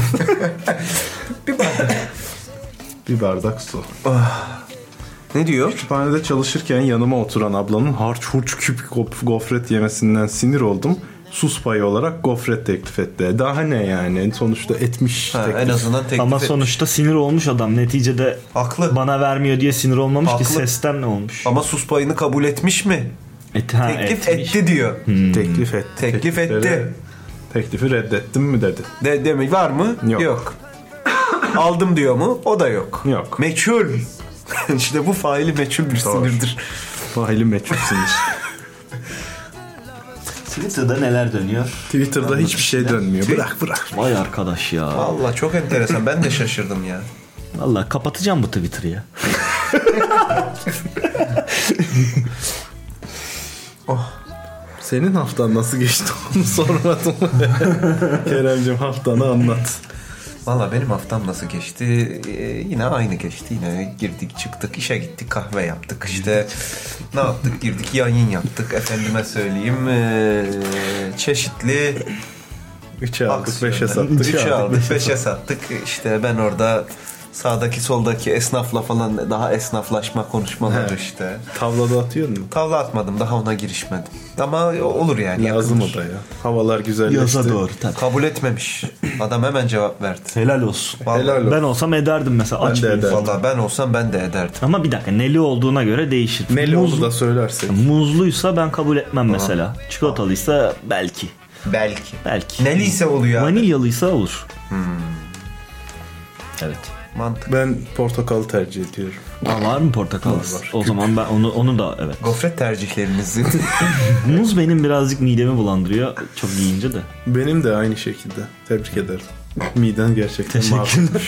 Bir bardak su. Ne diyor? Kütüphanede çalışırken yanıma oturan ablanın harç hurç küp gofret yemesinden sinir oldum. Sus payı olarak gofret teklif etti. Daha ne yani? Sonuçta etmiş teklif. En azından teklif Ama etmiş. sonuçta sinir olmuş adam. Neticede Haklı. bana vermiyor diye sinir olmamış Haklı. ki sesten ne olmuş? Ama sus payını kabul etmiş mi? Teklif etti diyor. Teklif etti. Teklif etti. Teklifi reddettim mi dedi. Demek var mı? Yok. Aldım diyor mu? O da yok. Yok. Meçhul. İşte bu faili meçhul bir sinirdir. Faili meçhul sinir. Twitter'da neler dönüyor? Twitter'da hiçbir şey dönmüyor. Bırak. Vay arkadaş ya. Vallahi çok enteresan. Ben de şaşırdım ya. Vallahi kapatacağım bu Twitter'ı ya. Senin haftan nasıl geçti onu sormadım. Kerem'cim haftanı anlat. Valla benim haftam nasıl geçti? Yine aynı geçti. Yine girdik çıktık işe gittik kahve yaptık işte ne yaptık girdik yayın yaptık efendime söyleyeyim çeşitli 3'e aldık, 5'e aksiyonlar. sattık. 3'e aldık 5'e sattık işte ben orada sağdaki soldaki esnafla falan daha esnaflaşma konuşmaları işte. Tavlada atıyor mu? Tavla atmadım daha ona girişmedim ama olur yani. Yazım o yakındır. da ya. Havalar güzelleşti. Yaza doğru tabii. Kabul etmemiş. Adam hemen cevap verdi. Helal olsun. Vallahi. Helal olsun. Ben olsam ederdim mesela. Ben Aç de mıyım? ederdim. Vallahi ben olsam ben de ederdim. Ama bir dakika neli olduğuna göre değişir. Neli oldu da söylersek. Muzluysa ben kabul etmem mesela. Çikolatalıysa belki. Belki. Neliyse oluyor. Vanilyalıysa olur. Evet. Mantık. Ben portakalı tercih ediyorum. Var mı portakal? Var. O zaman ben onu da evet. Gofret tercihlerinizi. Muz benim birazcık midemi bulandırıyor çok yiyince de. Benim de aynı şekilde. Tebrik ederim. Miden gerçekten Teşekkürler.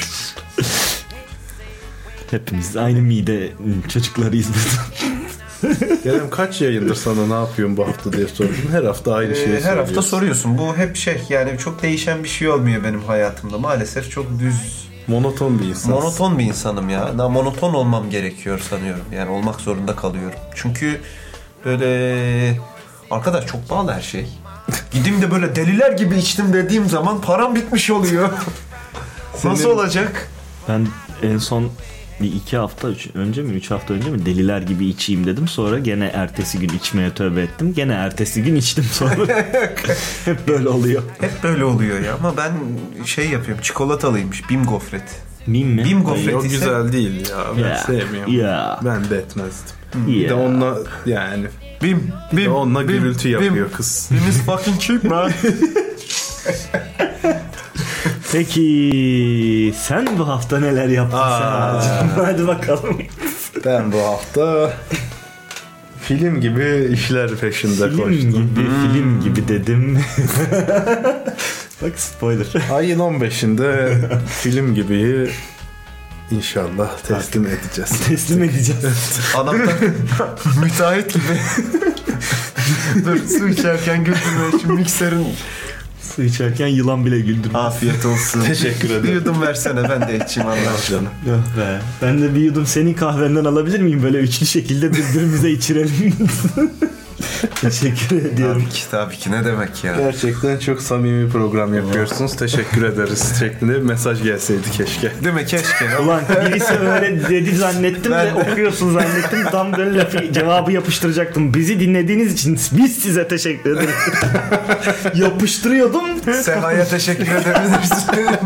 Hepimiz aynı mide çocuklarıyız. Kerem kaç yayındır sana ne yapıyorsun bu hafta diye sordum. Her hafta aynı şeyi Her hafta söylüyorsun. soruyorsun. Bu hep yani çok değişen bir şey olmuyor benim hayatımda. Maalesef çok Monoton bir insan. monoton bir insanım ya. Daha monoton olmam gerekiyor sanıyorum. Yani olmak zorunda kalıyorum. Çünkü böyle arkadaş çok pahalı her şey. Gideyim de böyle deliler gibi içtim dediğim zaman param bitmiş oluyor. Nasıl olacak? Ben en son bir 2 hafta önce mi 3 hafta önce mi deliler gibi içeyim dedim. Sonra gene ertesi gün içmeye tövbe ettim. Gene ertesi gün içtim sonra. Hep böyle oluyor. Hep böyle oluyor ya. Ama ben yapıyorum. Çikolatalıymış. Bim gofret. Mim mi? Bim Ay, gofret o ise güzel değil ya. Ben Ya, sevmiyorum. ya. Ben de etmezdim. Bir Ya. de onunla yani. Bim. Bir de onunla gürültü yapıyor kız. Bim is fucking cheap man. Peki sen bu hafta neler yaptın Seha'cığım? Hadi bakalım. Ben bu hafta film gibi işler peşinde koştum. Film gibi dedim. Bak spoiler. Ayın 15'inde film gibi inşallah teslim edeceğiz. Teslim edeceğiz. Adam da müteahhit gibi. Dur, su içerken güldürme için mikserin. Su içerken yılan bile güldürmüyor. Afiyet olsun. Teşekkür ederim. Bir yudum versene, ben de içeyim Allah aşkına. Yok be. Ben de bir yudum senin kahvenden alabilir miyim? Böyle üçlü şekilde birbirimize içirelim. Teşekkür ediyorum. Tabii ki ne demek ya. Gerçekten çok samimi bir program yapıyorsunuz. Teşekkür ederiz şeklinde bir mesaj gelseydi keşke. Değil mi? Keşke. Ulan birisi öyle dedi zannettim de okuyorsun zannettim. Tam böyle cevabı yapıştıracaktım. Bizi dinlediğiniz için biz size teşekkür ederiz. Yapıştırıyordum. Seha'ya teşekkür edebiliriz.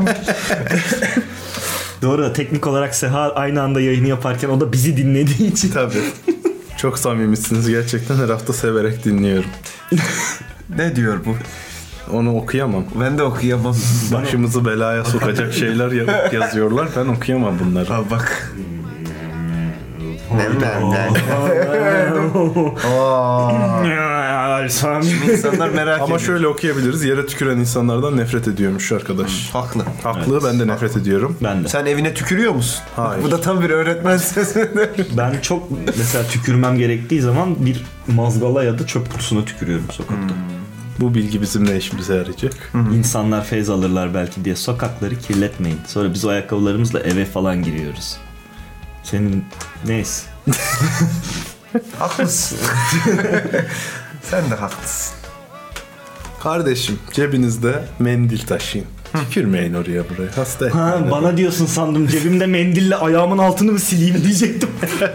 Doğru, teknik olarak Seha aynı anda yayını yaparken o da bizi dinlediği için. Tabii. Çok samimisiniz gerçekten, her hafta severek dinliyorum. Ne diyor bu? Onu okuyamam. Ben de okuyamam. Başımızı belaya sokacak şeyler yazıyorlar. Ben okuyamam bunları. Al bak. Şimdi insanlar merak ediyor. Ama şöyle okuyabiliriz. Yere tüküren insanlardan nefret ediyormuş arkadaş. Haklı. Haklı, ben de nefret ediyorum. Ben de. Sen evine tükürüyor musun? Hayır. Bu da tam bir öğretmen sesi. Ben çok mesela tükürmem gerektiği zaman bir mazgala ya da çöp kutusuna tükürüyorum sokakta. Bu bilgi bizim ne işimize yarayacak? İnsanlar feyz alırlar belki diye sokakları kirletmeyin. Sonra biz o ayakkabılarımızla eve falan giriyoruz. Senin neyse. Haklısın. Sen de haklısın. Kardeşim, cebinizde mendil taşıyın. Tükürmeyin oraya buraya. Hasta Ha, etmeyin. bana diyorsun sandım, cebimde mendille ayağımın altını mı sileyim diyecektim.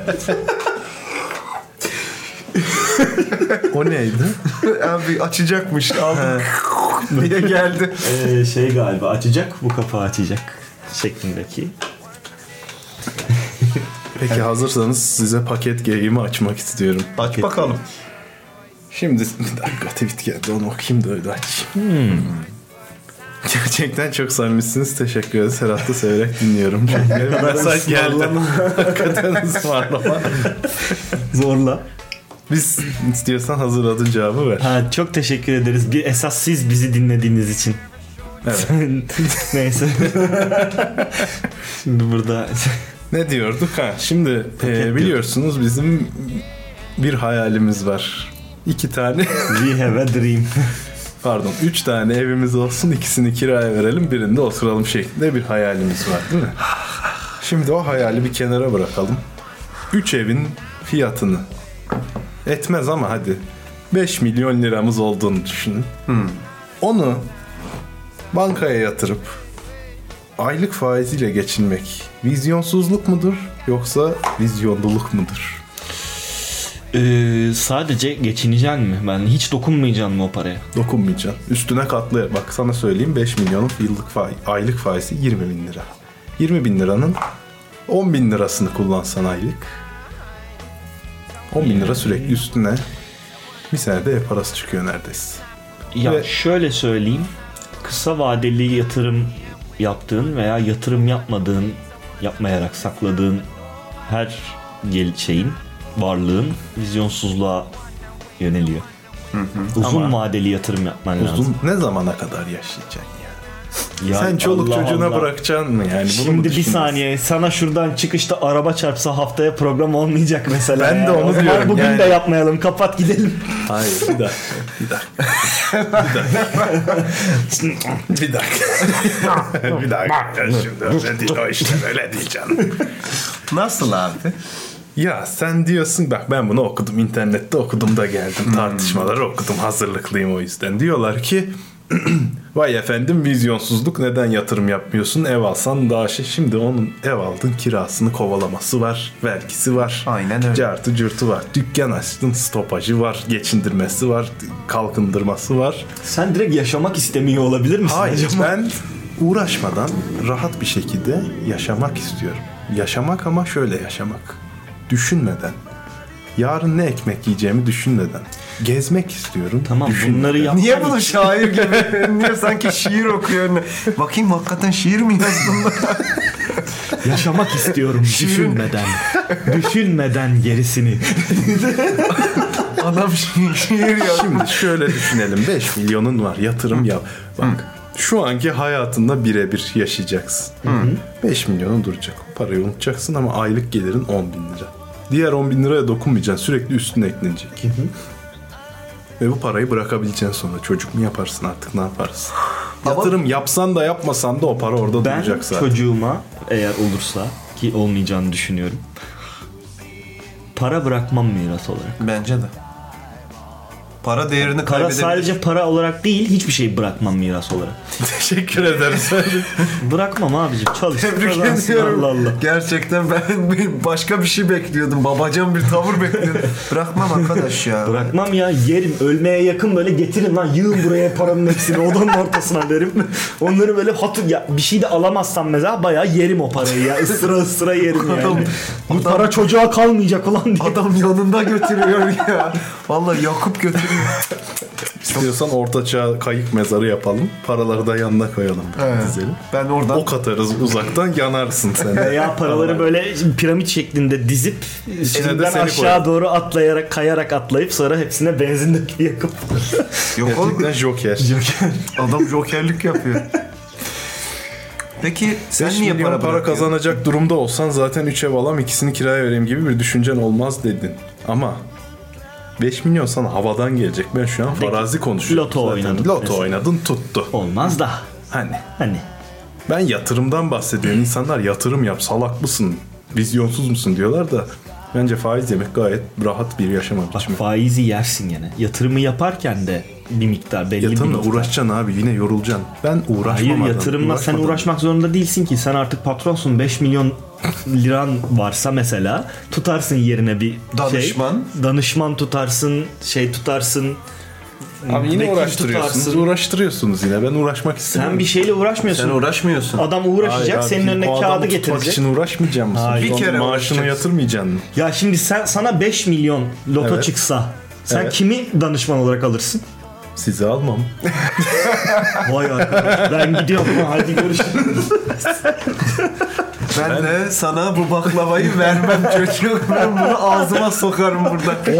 O neydi? Abi açacakmış. Aldım. diye geldi. Şey galiba açacak, bu kapağı açacak şeklindeki. Peki hazırsanız size paket geyiğimi açmak istiyorum. Aç bakalım. Şimdi bir dakika, tweet geldi, onu okuyayım da öyle açayım. Gerçekten çok samimisiniz. Teşekkür ederiz. Her hafta severek dinliyorum. Çünkü bir mesaj geldi. Hakikaten ısmarlama. Zorla. Biz istiyorsan hazırladın cevabı ver. Ha, çok teşekkür ederiz. Bir esas siz bizi dinlediğiniz için. Evet. Neyse. Şimdi burada Ne diyorduk? Şimdi biliyorsunuz bizim bir hayalimiz var. 2 tane we have a dream. pardon 3 tane evimiz olsun, ikisini kiraya verelim, birinde oturalım şeklinde bir hayalimiz var, değil mi? Şimdi o hayali bir kenara bırakalım. 3 evin fiyatını etmez ama hadi 5 milyon liramız olduğunu düşünün. Onu bankaya yatırıp aylık faiziyle geçinmek vizyonsuzluk mudur yoksa vizyonluluk mudur? Sadece geçineceksin mi? Ben hiç dokunmayacaksın mı o paraya? Dokunmayacaksın. Üstüne katlı. Bak sana söyleyeyim, 5 milyonun aylık faizi 20 bin lira. 20 bin liranın 10 bin lirasını kullansan aylık. 10 bin lira sürekli üstüne. Bir senede ev parası çıkıyor neredeyse. Ya Ve- şöyle söyleyeyim. Kısa vadeli yatırım yaptığın veya yatırım yapmadığın, yapmayarak sakladığın her şeyin, varlığın vizyonsuzluğa yöneliyor. Uzun vadeli yatırım yapman lazım. Uzun ne zamana kadar yaşayacaksın ya? Ya Sen çoluk Allah çocuğuna Allah. bırakacaksın mı yani? Bunu mu Şimdi bir düşünüyorsun? saniye, sana şuradan çıkışta araba çarpsa haftaya program olmayacak mesela. Ben de ya. onu O zaman diyorum bugün yani. de yapmayalım, kapat gidelim. Hayır, bir dakika. Bir dakika. Şimdi o işte öyle diyeceğim. Nasıl abi? Ya sen diyorsun, bak ben bunu okudum, internette okudum da geldim, tartışmaları okudum, hazırlıklıyım o yüzden. Diyorlar ki vay efendim vizyonsuzluk, neden yatırım yapmıyorsun, ev alsan daha şimdi onun ev aldın, kirasını kovalaması var, vergisi var, Aynen öyle. cartı cürtü var, dükkan açtın, stopajı var, geçindirmesi var, kalkındırması var. Sen direkt yaşamak istemiyor olabilir misin? Hayır, acaba? ben uğraşmadan rahat bir şekilde yaşamak istiyorum. Yaşamak ama şöyle yaşamak. Düşünmeden. Yarın ne ekmek yiyeceğimi düşünmeden. Gezmek istiyorum. Tamam bunları yap. Niye bunu şair gibi? Niye sanki şiir okuyor önüne? Bakayım hakikaten şiir mi yazdın? Yaşamak istiyorum düşünmeden. Düşünmeden gerisini. Adam şiir yazdı. Şimdi şöyle düşünelim. 5 milyonun var. Yatırım yap. Bak şu anki hayatında birebir yaşayacaksın. 5 milyonun duracak. O parayı unutacaksın ama aylık gelirin 10 bin lira. Diğer 10 bin liraya dokunmayacaksın. Sürekli üstüne eklenecek. Ve bu parayı bırakabileceksin sonra. Çocuk mu yaparsın artık, ne yaparsın? Yatırım yapsan da yapmasan da o para orada Ben duracak zaten. çocuğuma eğer olursa, ki olmayacağını düşünüyorum, para bırakmam miras olarak. Bence de. Para değerini Para kaybedebilir. sadece para olarak değil, hiçbir şey bırakmam miras olarak. Teşekkür ederim. Bırakmam abicim, çalış. Tebrik kazansın, ediyorum. Allah Allah. Gerçekten ben başka bir şey bekliyordum. Babacan bir tavır bekliyordum. Bırakmam arkadaş ya. Bırakmam ya, yerim. Ölmeye yakın böyle getirin lan, yığın buraya paranın hepsini odanın ortasına derim. Onları böyle ya bir şey de alamazsam mesela bayağı yerim o parayı ya. Isıra yerim yani. Bu para çocuğa kalmayacak ulan diye. Adam yanında götürüyor ya. Vallahi yakıp götürüyor. İstiyorsan ortaçağ kayık mezarı yapalım. Paraları da yanına koyalım. Evet. Dizelim. Ben oradan Ok atarız uzaktan, yanarsın sen. Veya paraları böyle piramit şeklinde dizip üstünden seni aşağı koyalım. doğru kayarak atlayıp sonra hepsine benzin döküp yakıp. yok oğlum. Gerçekten Joker. Adam jokerlik yapıyor. Peki sen 5 niye milyon para bırakıyorsun? kazanacak durumda olsan zaten 3 ev alam, ikisini kiraya vereyim gibi bir düşüncen olmaz dedin. Ama 5 milyon sana havadan gelecek. Ben şu an farazi konuşuyorum. Loto zaten. oynadın Loto mesela. oynadın, tuttu. Olmaz da. Hani ben yatırımdan bahsediyorum. İnsanlar yatırım yap, salak mısın, vizyonsuz musun diyorlar da bence faiz yemek gayet rahat bir yaşama Bak biçimi. faizi yersin gene. Yatırımı yaparken de bir miktar belli Yatırımla bir miktar. uğraşacaksın abi, yine yorulacaksın. Ben uğraşmam. Hayır, adam, yatırımla sen uğraşmadan. uğraşmak zorunda değilsin ki. Sen artık patronsun. 5 milyon liran varsa mesela tutarsın yerine bir Danışman. Danışman tutarsın, tutarsın. Abi yine vekil uğraştırıyorsunuz. tutarsın. Uğraştırıyorsunuz yine. Ben uğraşmak istemiyorum. Sen bir şeyle uğraşmıyorsun. Sen uğraşmıyorsun. Adam uğraşacak, Hayır abi, senin önüne o adamı kağıdı tutmak getirecek. için uğraşmayacak mısın? Hayır. Bir Bir kere kere maaşını uğraşacaksın. yatırmayacaksın mı? Ya şimdi sana 5 milyon loto Evet. çıksa sen Evet. kimi danışman olarak alırsın? Sizi almam. Vay arkadaş, ben gidiyorum. Hadi görüşürüz. Ben de sana bu baklavayı vermem çocuk. Ben bunu ağzıma sokarım burada.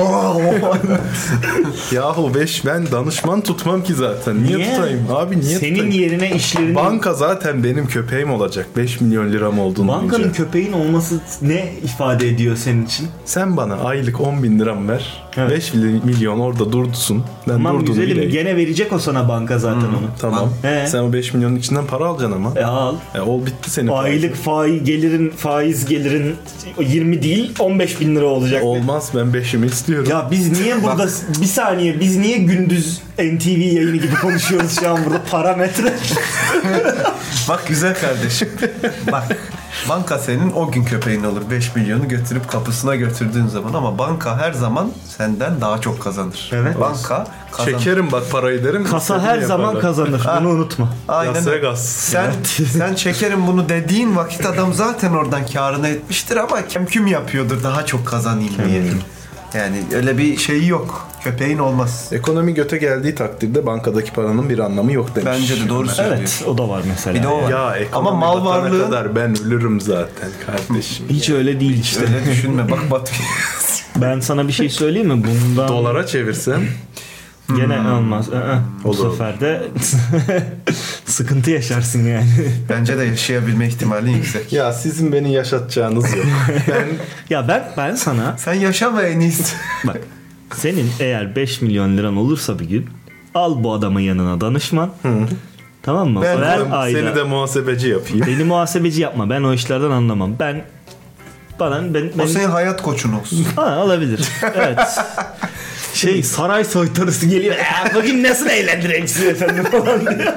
Yahu ben danışman tutmam ki zaten. Niye tutayım? Abi niye Senin tutayım? yerine işlerini... Banka zaten benim köpeğim olacak. 5 milyon liram olduğunu Bankanın duyunca. köpeğin olması ne ifade ediyor senin için? Sen bana aylık 10 bin liram ver. Evet. 5 milyon orada durdusun. Ben Tamam durduğunu güzelim, bileyim. gene verecek o sana banka zaten onu. Tamam. He. Sen o 5 milyonun içinden para alacaksın ama. Al. Ol bitti senin. Aylık faiz gelirin 20 değil 15 bin lira olacak. Olmaz, ben 5'imi istiyorum. Ya biz niye burada bir saniye biz niye gündüz NTV yayını gibi konuşuyoruz şu an burada parametre? Bak güzel kardeşim. Bak banka senin o gün köpeğin olur. 5 milyonu götürüp kapısına götürdüğün zaman ama banka her zaman senden daha çok kazanır. Evet. Banka kazanır. Çekerim bak parayı derim. Kasa istediğimi her zaman yaparlar. kazanır. Bunu unutma. Aynen. Las öyle. Vegas. Sen çekerim bunu dediğin vakit adam zaten oradan kârını etmiştir ama küm yapıyordur daha çok kazanayım diye. Yani öyle bir şeyi yok. Köpeğin olmaz. Ekonomi göte geldiği takdirde bankadaki paranın bir anlamı yok demiş. Bence de doğru söylüyor. Evet, o da var mesela. Bir de o var. Ya Ama ekonomi mal batana varlığı kadar ben ölürüm zaten kardeşim. Hiç öyle değil işte. öyle düşünme. Bak Batu. Ben sana bir şey söyleyeyim mi? Bundan Dolara çevirsem gene olmaz. Bu Olur. sefer de sıkıntı yaşarsın yani. Bence de yaşayabilme ihtimali yüksek. ya sizin beni yaşatacağınız yok. Ya ben sana Sen yaşama en iyisi. bak, senin eğer 5 milyon liran olursa bir gün al bu adamın yanına danışman. Tamam mı? Ben Her koyayım, ayda Seni de muhasebeci yapayım. beni muhasebeci yapma. Ben o işlerden anlamam. Ben O senin hayat koçun olsun. Ha, olabilir. Evet. Saray soytarısı geliyor. Bugün nasıl eğlendireyim sizi efendim falan diye.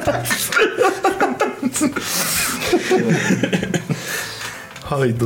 Haydi.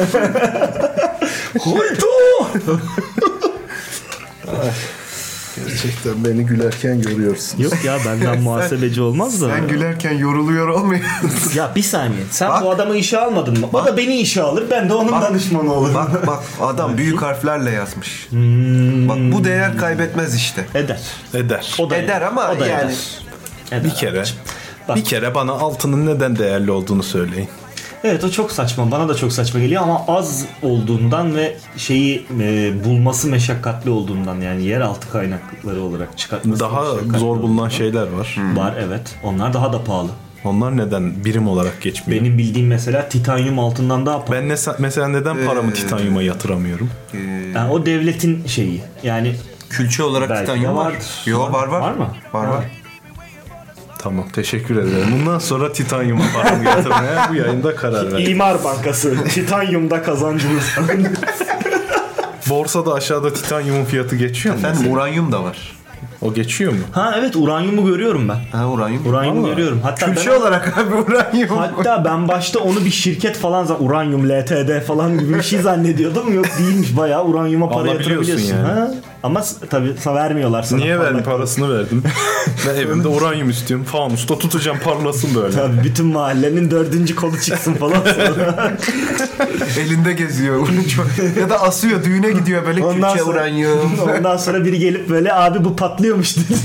Haydo! Gerçekten beni gülerken görüyorsun. Yok ya benden muhasebeci olmaz da. Sen gülerken yoruluyor olmuyor. Ya bir saniye. Sen Bak. bu adamı işe almadın mı? O da beni işe alır. Ben de onun danışmanı olurum. Bak adam büyük harflerle yazmış. Bak bu değer kaybetmez işte. Eder. Eder. O da Eder ama o da yani. Eder Bir kere. Bak. Bir kere bana altının neden değerli olduğunu söyleyin. Evet o çok saçma. Bana da çok saçma geliyor ama az olduğundan ve şeyi bulması meşakkatli olduğundan yani yeraltı kaynakları olarak çıkartması Daha meşakkatli zor bulunan olduğundan. şeyler var. Var evet. Onlar daha da pahalı. Onlar neden birim olarak geçmiyor? Benim bildiğim mesela titanyum altından daha pahalı. Ben mesela neden paramı titanyuma yatıramıyorum? Yani o devletin şeyi. Yani Külçe olarak belki de titanyum var. vardır. Yo var. Var mı? Var. Tamam teşekkür ederim. Bundan sonra titanyuma paramı yatırmaya bu yayında karar verdim. İmar Bankası. Titanyumda kazancımız. Borsada aşağıda titanyumun fiyatı geçiyor mu? Efendim uranyum da var. O geçiyor mu? Ha evet uranyumu görüyorum ben. Ha uranyum. Uranyumu Vallahi. görüyorum. Hatta Külçe ben, olarak abi uranyum. hatta ben başta onu bir şirket falan uranyum LTD falan gibi bir şey zannediyordum. Yok değilmiş bayağı uranyuma para Alabiliyorsun yatırabiliyorsun. yani. Ha? Ama tabii vermiyorlar sana. Niye falan. verdim? Parasını verdim. Ben evimde uranyum istiyorum. Fanusta tutacağım parlasın böyle. Tabii bütün mahallenin 4. kolu çıksın falan. Elinde geziyor. Ya da asıyor düğüne gidiyor böyle külçe uranyum. Ondan sonra biri gelip böyle abi bu patlıyormuş dedi.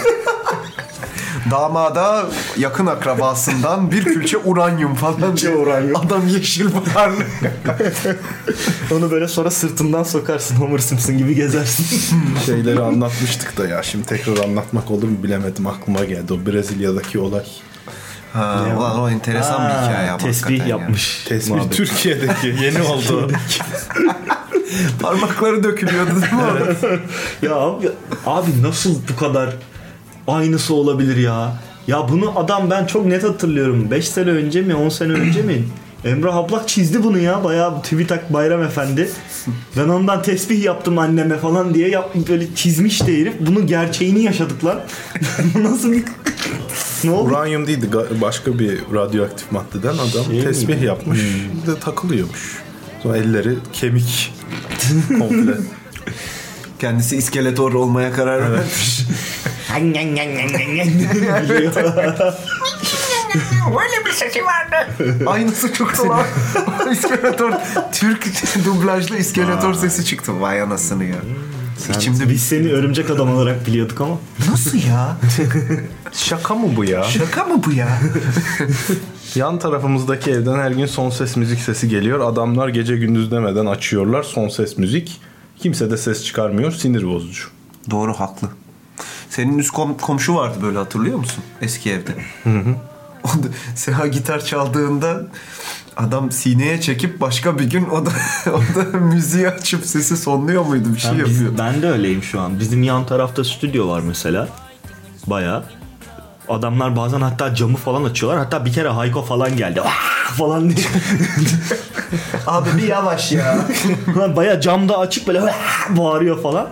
Damada yakın akrabasından bir külçe uranyum falan. Külçe uranyum. Adam yeşil buharlı. Onu böyle sonra sırtından sokarsın. Homer Simpson gibi gezersin. Şeyleri anlatmıştık da ya. Şimdi tekrar anlatmak olur mu bilemedim. Aklıma geldi o Brezilya'daki olay. Ha, ulan o enteresan bir hikaye ama. Tesbih hakikaten yapmış. Tesbih Muhabbet. Türkiye'deki yeni oldu. Parmakları dökülüyordu değil mi orada? Ya abi nasıl bu kadar aynısı olabilir ya? Ya bunu adam ben çok net hatırlıyorum. 5 sene önce mi 10 sene önce mi? Emrah Ablak çizdi bunu ya. Bayağı TÜBİTAK Bayram Efendi. Ben ondan tesbih yaptım anneme falan diye böyle çizmişti herif. Bunun gerçeğini yaşadık lan. Nasıl bir... Ne oldu? Uranyum değildi. Başka bir radyoaktif maddeden adam Şey tesbih miydi? yapmış. Bir de takılıyormuş. Sonra elleri kemik komple. Kendisi iskeletor olmaya karar vermiş. Öyle bir sesi vardı. Aynısı çıktı lan. İskeletor. Türk dublajlı iskeletor sesi çıktı. Vay anasını ya. İçimde Biz seni örümcek adam olarak biliyorduk ama. Nasıl ya? Şaka mı bu ya? Şaka mı bu ya? Yan tarafımızdaki evden her gün son ses müzik sesi geliyor. Adamlar gece gündüz demeden açıyorlar son ses müzik. Kimse de ses çıkarmıyor. Sinir bozucu. Doğru haklı. Senin üst komşu vardı böyle hatırlıyor musun? Eski evde. O da, Seha gitar çaldığında adam sineye çekip başka bir gün o da müziği açıp sesi sonluyor muydu? Bir şey yapıyor. Ben de öyleyim şu an. Bizim yan tarafta stüdyo var mesela. Bayağı. Adamlar bazen hatta camı falan açıyorlar. Hatta bir kere Hayko falan geldi. Falan diye. Abi bir yavaş ya. Bayağı camda açık böyle bağırıyor falan.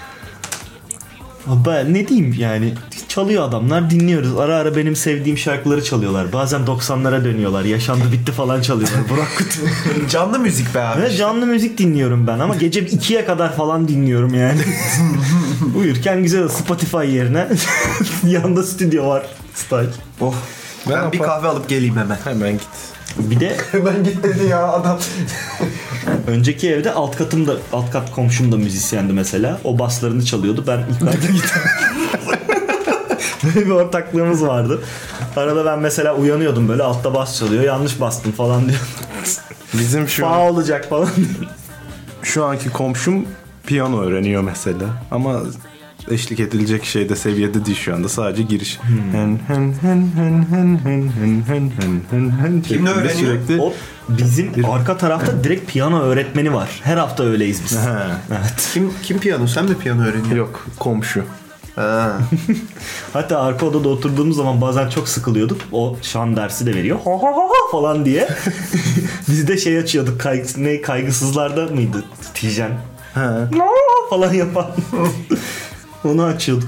Ben ne diyeyim yani, çalıyor adamlar, dinliyoruz. Ara ara benim sevdiğim şarkıları çalıyorlar. Bazen 90'lara dönüyorlar. Yaşandı bitti falan çalıyorlar. Burak Kut. Canlı müzik be abi. Evet, canlı müzik dinliyorum ben ama gece 2'ye kadar falan dinliyorum yani. Uyurken güzel, Spotify yerine yanında stüdyo var. Style. Oh. Ben bir kahve alıp geleyim hemen. Hemen git. Bir de Hemen git dedi ya adam. önceki evde alt kat komşum da müzisyendi mesela. O baslarını çalıyordu. Ben yukarıda gitar. Böyle bir ortaklığımız vardı. Arada ben mesela uyanıyordum, böyle altta bas çalıyor. Yanlış bastım falan diyor. Bizim Fa olacak falan diyor. şu anki komşum piyano öğreniyor mesela. Ama eşlik edilecek şeyde seviyede değil şu anda. Sadece giriş. Kim ne öğreniyor? Sürekli... O bizim arka tarafta direkt piyano öğretmeni var. Her hafta öyleyiz biz. Ha. Evet. Kim piyano? Sen mi piyano öğreniyorsun? Yok, komşu. Ha. Hatta arka odada oturduğumuz zaman bazen çok sıkılıyorduk. O şan dersi de veriyor. Ha ha ha ha falan diye. Biz de şey açıyorduk. Kaygısızlarda mıydı? Tijen. Ha. Falan yapan. Onu açıyorduk.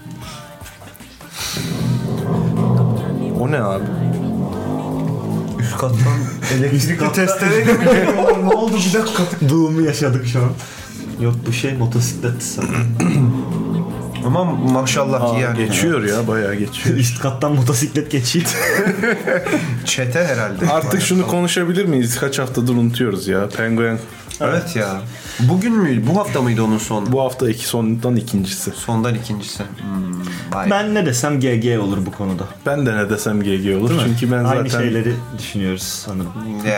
O ne abi? Üst kattan elektrikli testereyle mi geliyor? Ne oldu bir dakika? Doğumu yaşadık şu an. Yok bu şey motosiklet sanırım. Ama maşallah yani. Geçiyor ya, bayağı geçiyor. Üst kattan motosiklet geçiyor. Çete herhalde. Artık şunu konuşabilir miyiz? Kaç haftadır unutuyoruz ya. Penguen Evet ya. Bugün müydü? Bu hafta mıydı onun son? bu hafta sondan ikincisi. Sondan ikincisi. Vay. Ben ne desem GG olur bu konuda. Ben de ne desem GG olur. Çünkü ben Aynı zaten şeyleri düşünüyoruz sanırım.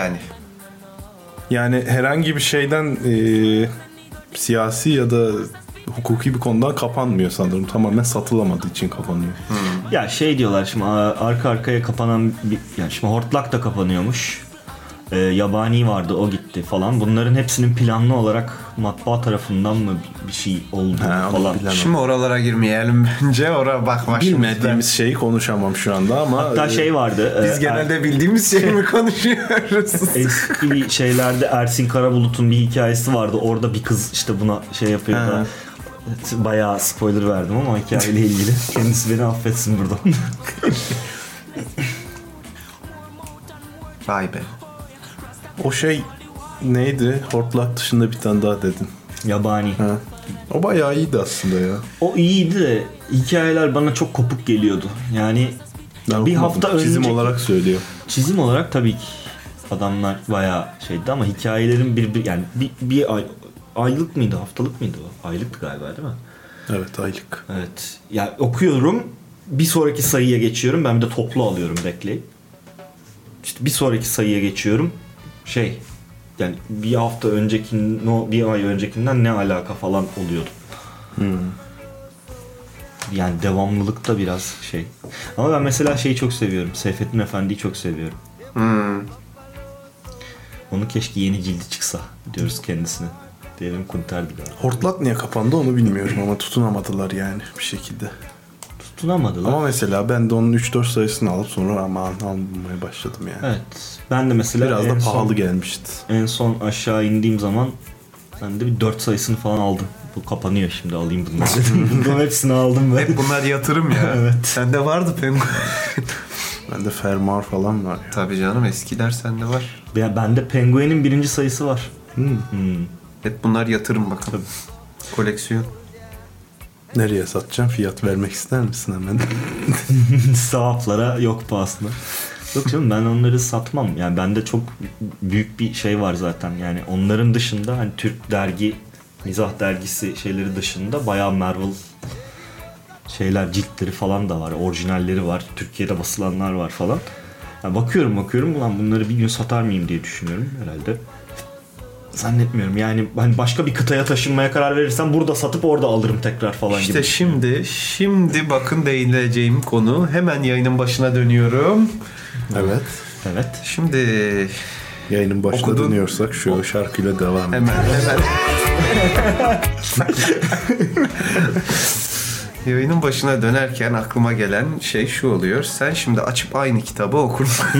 Yani. herhangi bir şeyden siyasi ya da hukuki bir konudan kapanmıyor sanırım. Tamamen satılamadığı için kapanıyor. Ya şey diyorlar şimdi arka arkaya kapanan yani şimdi Hortlak da kapanıyormuş. Yabani vardı, o gitti falan. Bunların hepsinin planlı olarak matbaa tarafından mı bir şey oldu falan. Şimdi oralara girmeyelim bence. Oraya bak. Bilmediğimiz şeyi konuşamam şu anda ama Hatta şey vardı. Biz genelde bildiğimiz şeyi mi konuşuyoruz? Eski bir şeylerde Ersin Karabulut'un bir hikayesi vardı. Orada bir kız işte buna şey yapıyor da bayağı spoiler verdim ama hikayeyle ilgili. Kendisi beni affetsin buradan. Vay be. o şey neydi? Hortlak dışında bir tane daha dedin. Yabani. Ha. O bayağı iyiydi aslında ya. O iyiydi de hikayeler bana çok kopuk geliyordu. Yani Ben bir okumadım. hafta önce Çizim olarak söylüyor. çizim olarak tabii ki adamlar bayağı şeydi ama hikayelerin yani bir aylık mıydı, haftalık mıydı o? Aylıktı galiba değil mi? Evet, aylık. Evet. Ya okuyorum, bir sonraki sayıya geçiyorum. Ben bir de toplu alıyorum bekleyip. İşte bir sonraki sayıya geçiyorum. Yani bir hafta bir ay öncekinden ne alaka falan oluyordu. Yani devamlılıkta biraz şey. Ama ben mesela şeyi çok seviyorum. Seyfettin Efendi'yi çok seviyorum. Onu keşke yeni cildi çıksa diyoruz kendisine. Diyelim Kunter'di galiba. Hortlak niye kapandı onu bilmiyorum ama tutunamadılar yani bir şekilde. Tutunamadılar. Ama mesela ben de onun 3-4 sayısını alıp sonra almaya başladım yani. Evet. Ben de mesela Biraz da pahalı gelmişti. En son aşağı indiğim zaman ben de bir 4 sayısını falan aldım. Bu kapanıyor şimdi, alayım bunları. Bunların hepsini aldım ben. Hep bunlar yatırım ya. Evet. Sende vardı Penguen. Bende Fermuar falan var ya. Tabii canım, eskiler sende var. Bende Penguen'in 1. sayısı var. Hep bunlar yatırım bakalım. Koleksiyon. Nereye satacağım? Fiyat vermek ister misin hemen? Sahaflara yok pahasına. Yok canım, ben onları satmam. Yani bende çok büyük bir şey var zaten. Yani onların dışında hani Türk dergi, mizah dergisi şeyleri dışında bayağı Marvel şeyler, ciltleri falan da var. Orijinalleri var. Türkiye'de basılanlar var falan. Yani bakıyorum ulan bunları bir gün satar mıyım diye düşünüyorum herhalde. Zannetmiyorum. Yani hani başka bir kıtaya taşınmaya karar verirsem burada satıp orada alırım tekrar falan İşte gibi. şimdi bakın değineceğim konu. Hemen yayının başına dönüyorum. Evet. Evet. Şimdi Yayının başına Okudun. dönüyorsak şu şarkıyla devam edelim. hemen. Yayının başına dönerken aklıma gelen şey şu oluyor. Sen şimdi açıp aynı kitabı okur musun?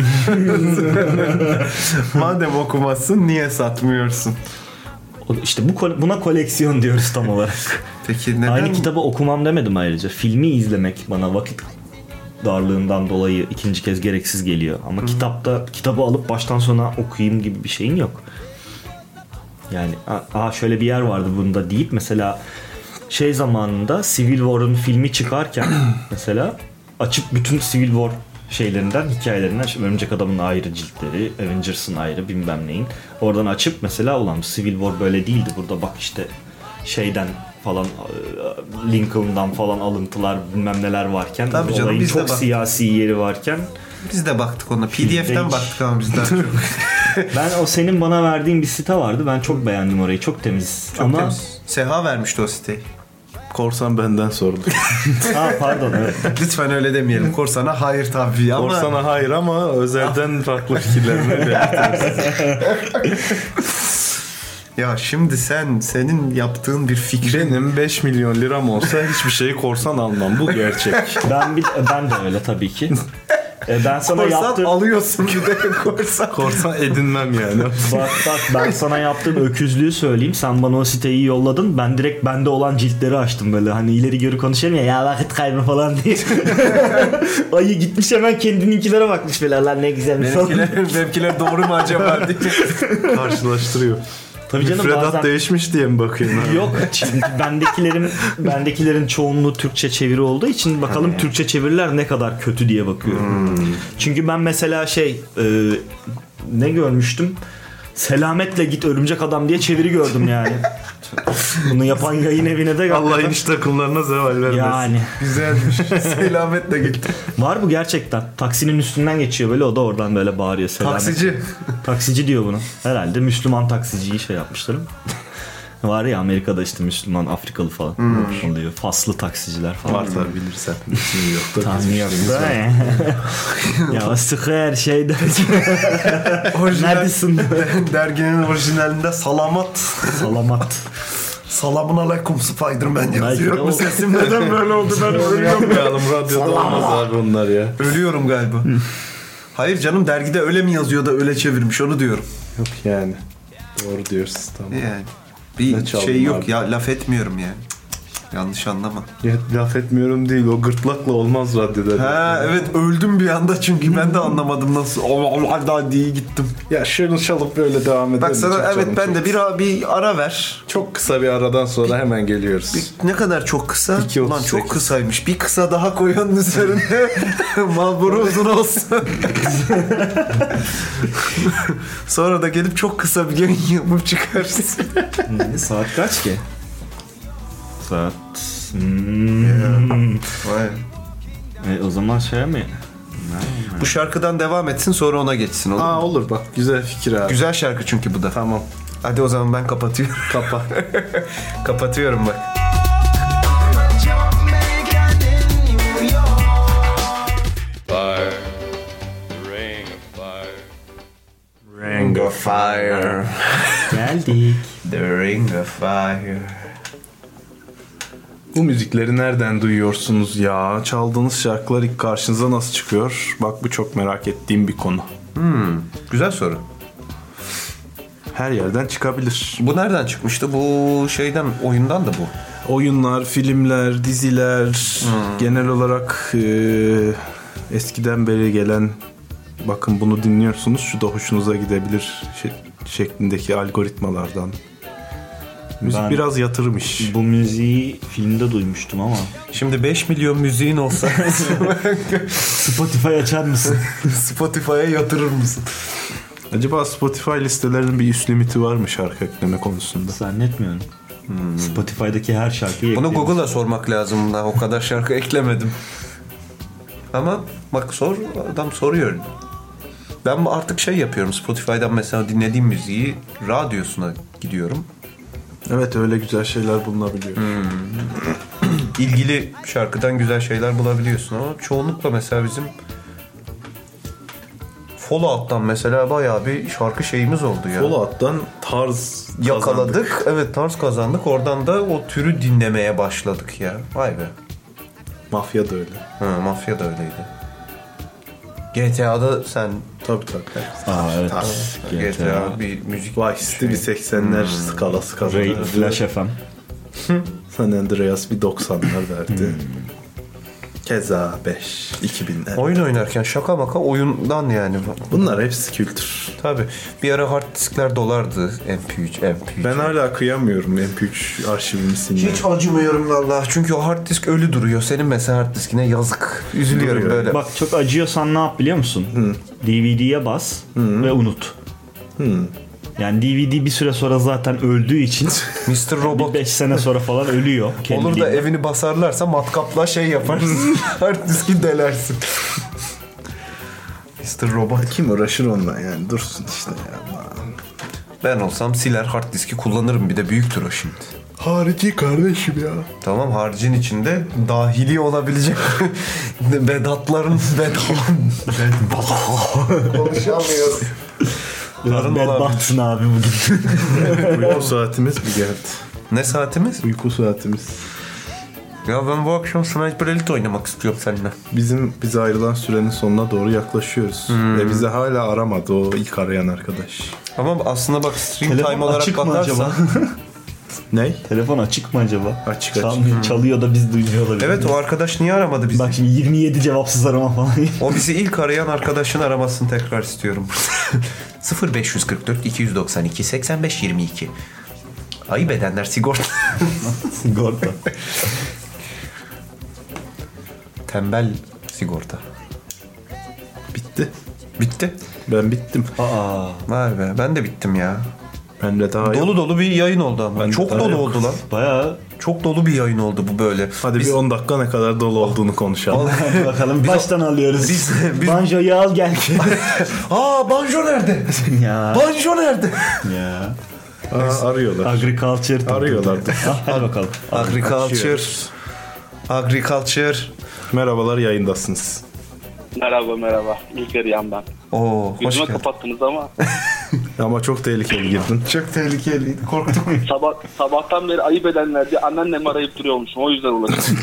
Madem okumazsın niye satmıyorsun? İşte buna koleksiyon diyoruz tam olarak. Peki neden? Aynı kitabı okumam demedim ayrıca. Filmi izlemek bana vakit darlığından dolayı ikinci kez gereksiz geliyor. Ama kitabı alıp baştan sona okuyayım gibi bir şeyin yok. Yani şöyle bir yer vardı bunda deyip mesela şey zamanında Civil War'un filmi çıkarken mesela açıp bütün Civil War şeylerinden, hikayelerinden, Örümcek Adam'ın ayrı ciltleri, Avengers'ın ayrı bilmem neyin, oradan açıp mesela ulan Civil War böyle değildi, burada bak işte şeyden falan, Lincoln'dan falan alıntılar bilmem neler varken, tabii canım, olayın biz de çok siyasi yeri varken biz de baktık ona. PDF'den baktık ama biz daha çok. ben o senin bana verdiğin bir site vardı, ben çok beğendim orayı, çok temiz. Çok ama temiz. Seha vermişti o siteyi. Korsan benden sordu. pardon evet. Lütfen öyle demeyelim. Korsana hayır tabii ama. Korsana hayır ama özelden farklı fikirlerini belirtiriz. Ya şimdi senin yaptığın bir fikrin. Benim 5 milyon liram olsa hiçbir şeyi korsan almam. Bu gerçek. Ben de öyle tabii ki. Ben sana Korsan yaptığım alıyorsun bir de korsan. Korsan edinmem yani. bak ben sana yaptığım öküzlüğü söyleyeyim. Sen bana o siteyi yolladın. Ben direkt bende olan ciltleri açtım böyle. Hani ileri geri konuşalım ya vakit kaybı falan diye. Ayı gitmiş hemen kendininkilere bakmış böyle. Lan ne güzelmiş. Benimkiler doğru mu acaba diye. Karşılaştırıyor. Tabii canım, Müfredat bazen değişmiş diye mi bakıyorsun? yok, çünkü bendekilerin çoğunluğu Türkçe çeviri olduğu için bakalım Türkçe çeviriler ne kadar kötü diye bakıyorum. Çünkü ben mesela ne görmüştüm? Selametle git örümcek adam diye çeviri gördüm yani. Bunu yapan yayın evine de Allah iniş takımlarına zeval vermesin. yani. Güzelmiş. Selametle gitti. Var bu gerçekten. Taksinin üstünden geçiyor böyle, o da oradan böyle bağırıyor. Selamet. Taksici diyor bunu. Herhalde Müslüman taksiciyi yapmışlarım. Var ya Amerika'da işte Müslüman, Afrikalı falan oluyor. Faslı taksiciler falan. Var tabii, bilirsen. New York'ta. Tanıyoruz. Ya sıkı her şeyde. Neredesin? Derginin orijinalinde salamat. Salamat. Selamun aleyküm Spider-Man yazıyor. Belki Bu sesim neden böyle oldu ben ölüyorum. Yapmayalım, radyoda olmaz abi onlar ya. Ölüyorum galiba. Hayır canım, dergide öyle mi yazıyor da öyle çevirmiş, onu diyorum. Yok yani. Doğru diyorsun, tamam. Yani bir Ne çaldın şey yok abi? ya, laf etmiyorum yani. Yanlış anlama. Ya, laf etmiyorum değil, o gırtlakla olmaz radyoda. Ha evet, öldüm bir anda çünkü ben de anlamadım nasıl. Allah diye gittim. Ya şunu çalıp böyle devam edelim. Bak sana Çok evet, canım ben de çok. bir ara ver. Çok kısa bir aradan sonra hemen geliyoruz. Ne kadar çok kısa? 2.38. Ulan çok kısaymış. Bir kısa daha koyanın üzerine Marlboro uzun olsun. Sonra da gelip çok kısa bir yayın yapıp çıkarsın. Saat kaç ki? Saat... Vay. O zaman mi? Bu şarkıdan devam etsin, sonra ona geçsin. Olur mu? Olur bak, güzel fikir abi. Güzel şarkı çünkü bu da. Tamam. Hadi o zaman ben kapatıyorum. Kapa. Kapatıyorum bak. Ring of fire. Geldik. The ring of fire. Bu müzikleri nereden duyuyorsunuz ya? Çaldığınız şarkılar ilk karşınıza nasıl çıkıyor? Bak, bu çok merak ettiğim bir konu. Güzel soru. Her yerden çıkabilir. Bu nereden çıkmıştı? Bu şeyden, oyundan da bu. Oyunlar, filmler, diziler, genel olarak eskiden beri gelen, bakın bunu dinliyorsunuz, şu da hoşunuza gidebilir şeklindeki algoritmalardan. Müzik Ben biraz yatırım iş. bu müziği filmde duymuştum ama. Şimdi 5 milyon müziğin olsa Spotify açar mısın? Spotify'a yatırır mısın? Acaba Spotify listelerinin bir üst limiti var mı şarkı ekleme konusunda? Zannetmiyorum. Spotify'daki her şarkıyı Bunu ekliyoruz. Google'a sormak lazım da, o kadar şarkı eklemedim. Ama bak adam soruyor. Ben artık yapıyorum, Spotify'dan mesela dinlediğim müziği radyosuna gidiyorum. Evet, öyle güzel şeyler bulunabiliyor. İlgili şarkıdan güzel şeyler bulabiliyorsun ama çoğunlukla mesela bizim Fallout'tan mesela bayağı bir şarkı şeyimiz oldu ya. Fallout'tan tarz Yakaladık. kazandık. Evet, tarz kazandık. Oradan da o türü dinlemeye başladık ya. Vay be. Mafya da öyle. Mafya da öyleydi. GTA'da sen Tabii. Evet. GTA bir müzik Vice City bir 80'ler skalası kazandı. Flash FM. San Andreas bir 90'lar verdi. Keza 5, 2000'ler. oyun oynarken şaka maka oyundan yani. Bunlar hepsi kültür. Tabii. Bir ara hard diskler dolardı. MP3. Ben hala kıyamıyorum MP3 arşivimi silmeye. hiç acımıyorum vallahi. Çünkü o hard disk ölü duruyor. Senin mesela hard diskine yazık. Üzülüyorum Duruyor. böyle. Bak çok acıyorsan ne yap biliyor musun? DVD'ye bas ve unut. Yani DVD bir süre sonra zaten öldüğü için Mr. Robot 5 sene sonra falan ölüyor. olur da kendiliğinden. evini basarlarsa matkapla yaparsın. hard diski delersin. Mr. Robot. Kim uğraşır onunla yani, dursun işte ya. Ben olsam siler hard diski kullanırım, bir de büyüktür o şimdi. Harici kardeşim ya. Tamam, harcın içinde dahili olabilecek bedatların konuşamıyoruz. Biraz Karın bedbahtsın abi bugün. Uyku saatimiz mi geldi? Ne saatimiz? Uyku saatimiz. Ya ben bu akşam Sniper Elite oynamak istiyorum seninle. Bize ayrılan sürenin sonuna doğru yaklaşıyoruz. Ve bizi hala aramadı o ilk arayan arkadaş. Ama aslında bak, stream Telefon time olarak açık mı bakarsan. acaba? Ne? Telefon açık mı acaba? Açık. Çalıyor da biz duymuyor olabilir. Evet, o arkadaş niye aramadı bizi? Bak şimdi 27 cevapsız arama falan. O bizi ilk arayan arkadaşın aramasını tekrar istiyorum. 0544 292 85 22. Ayıp edenler sigorta. Sigorta. Tembel sigorta. Bitti. Ben bittim. Vay be, ben de bittim ya. Ben de daha Dolu dolu bir yayın oldu ama. Ben de Çok daha dolu yok. oldu lan. Bayağı Çok dolu bir yayın oldu bu böyle. Hadi bir 10 dakika ne kadar dolu olduğunu konuşalım. bakalım baştan alıyoruz. biz- Banjo'yu al gel. Banjo nerede? ya. Banjo nerede? ya. Arıyorlar. Agriculture. Arıyorlar. Hadi bakalım. Agriculture. Merhabalar, yayındasınız. Merhaba. İlk arayan ben. Oo, hoş Yüzüme geldin. kapattınız ama Ama çok tehlikeli girdin. Çok tehlikeliydi. Korktuk. sabahtan beri ayıp edenler diye anneannemi arayıp duruyormuşum. O yüzden ulaştım.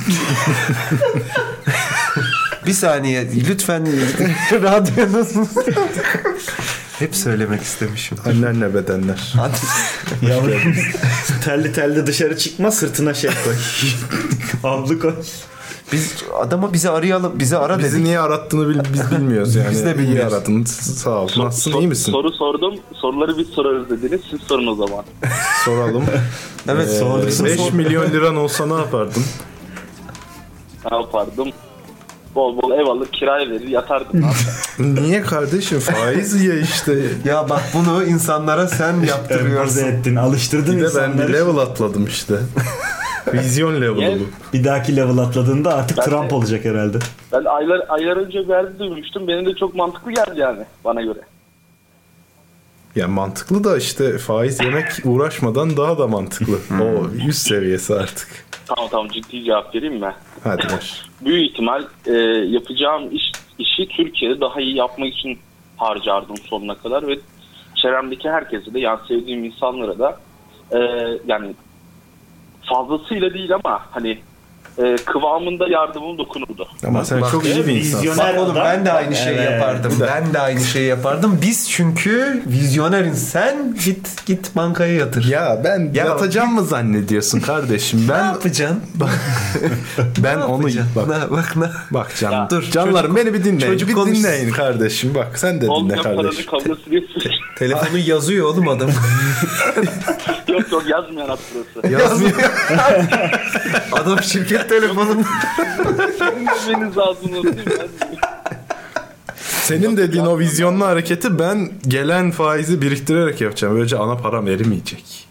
Bir saniye lütfen radyonuz. Hep söylemek istemişim. Anneanne bedenler. Yavrum. telli dışarı çıkma, sırtına şey koy. Havlu koy. Bizi arayalım. Bizi ara Bizi dedik. niye arattığını biz bilmiyoruz yani. Biz de bilmiyoruz. İyi aradın. Sağ ol. Nasılsın? İyi misin? Soru sordum. Soruları biz sorarız dediniz. Siz sorun o zaman. Soralım. Evet, sorduk. 5 milyon liran olsa ne yapardın? Ne yapardım? Bol bol ev alır, kiraya verir, yatardım. Ne yapayım? Niye kardeşim? Faiz ye işte. Ya bak, bunu insanlara sen Empoze yaptırıyorsun. ettin, alıştırdın Bir de ben insanları. bir level atladım işte. Vizyon level'ı Niye? bu. Bir dahaki level atladığında artık Ben Trump de- olacak herhalde. Ben aylar önce verdi duymuştum. Benim de çok mantıklı geldi yani bana göre. Ya mantıklı da işte faiz yemek uğraşmadan daha da mantıklı. O 100 seviyesi artık. Tamam ciddi cevap vereyim mi? Hadi ver. Büyük ihtimal yapacağım işi Türkiye'de daha iyi yapmak için harcardım sonuna kadar ve çevremdeki herkese de, yani sevdiğim insanlara da yani fazlasıyla değil ama hani kıvamında yardımım dokunurdu. Ama sen çok iyi bir insansın. vizyoner Bak oğlum, adam. ben de aynı şeyi Evet. yapardım. Ben de aynı şeyi yapardım. Biz çünkü vizyonerin. Sen git bankaya yatır. Ya ben Ya yatacağım mı zannediyorsun kardeşim? Ne Ben yapacaksın? ben onu bak can. Ya, Dur canlarım, beni bir dinleyin. çocuk Bir konuşsun. dinleyin kardeşim. Bak sen de dinle Olmayan paranın kardeşim. kavgası diyorsun. Telefonu yazıyor oğlum adam. yok yazmayan at burası. Yazmıyor. Adam şirket telefonunda. Bilmeniz lazım onu değil mi? Senin dediğin o vizyonlu hareketi ben gelen faizi biriktirerek yapacağım. Böylece ana param erimeyecek.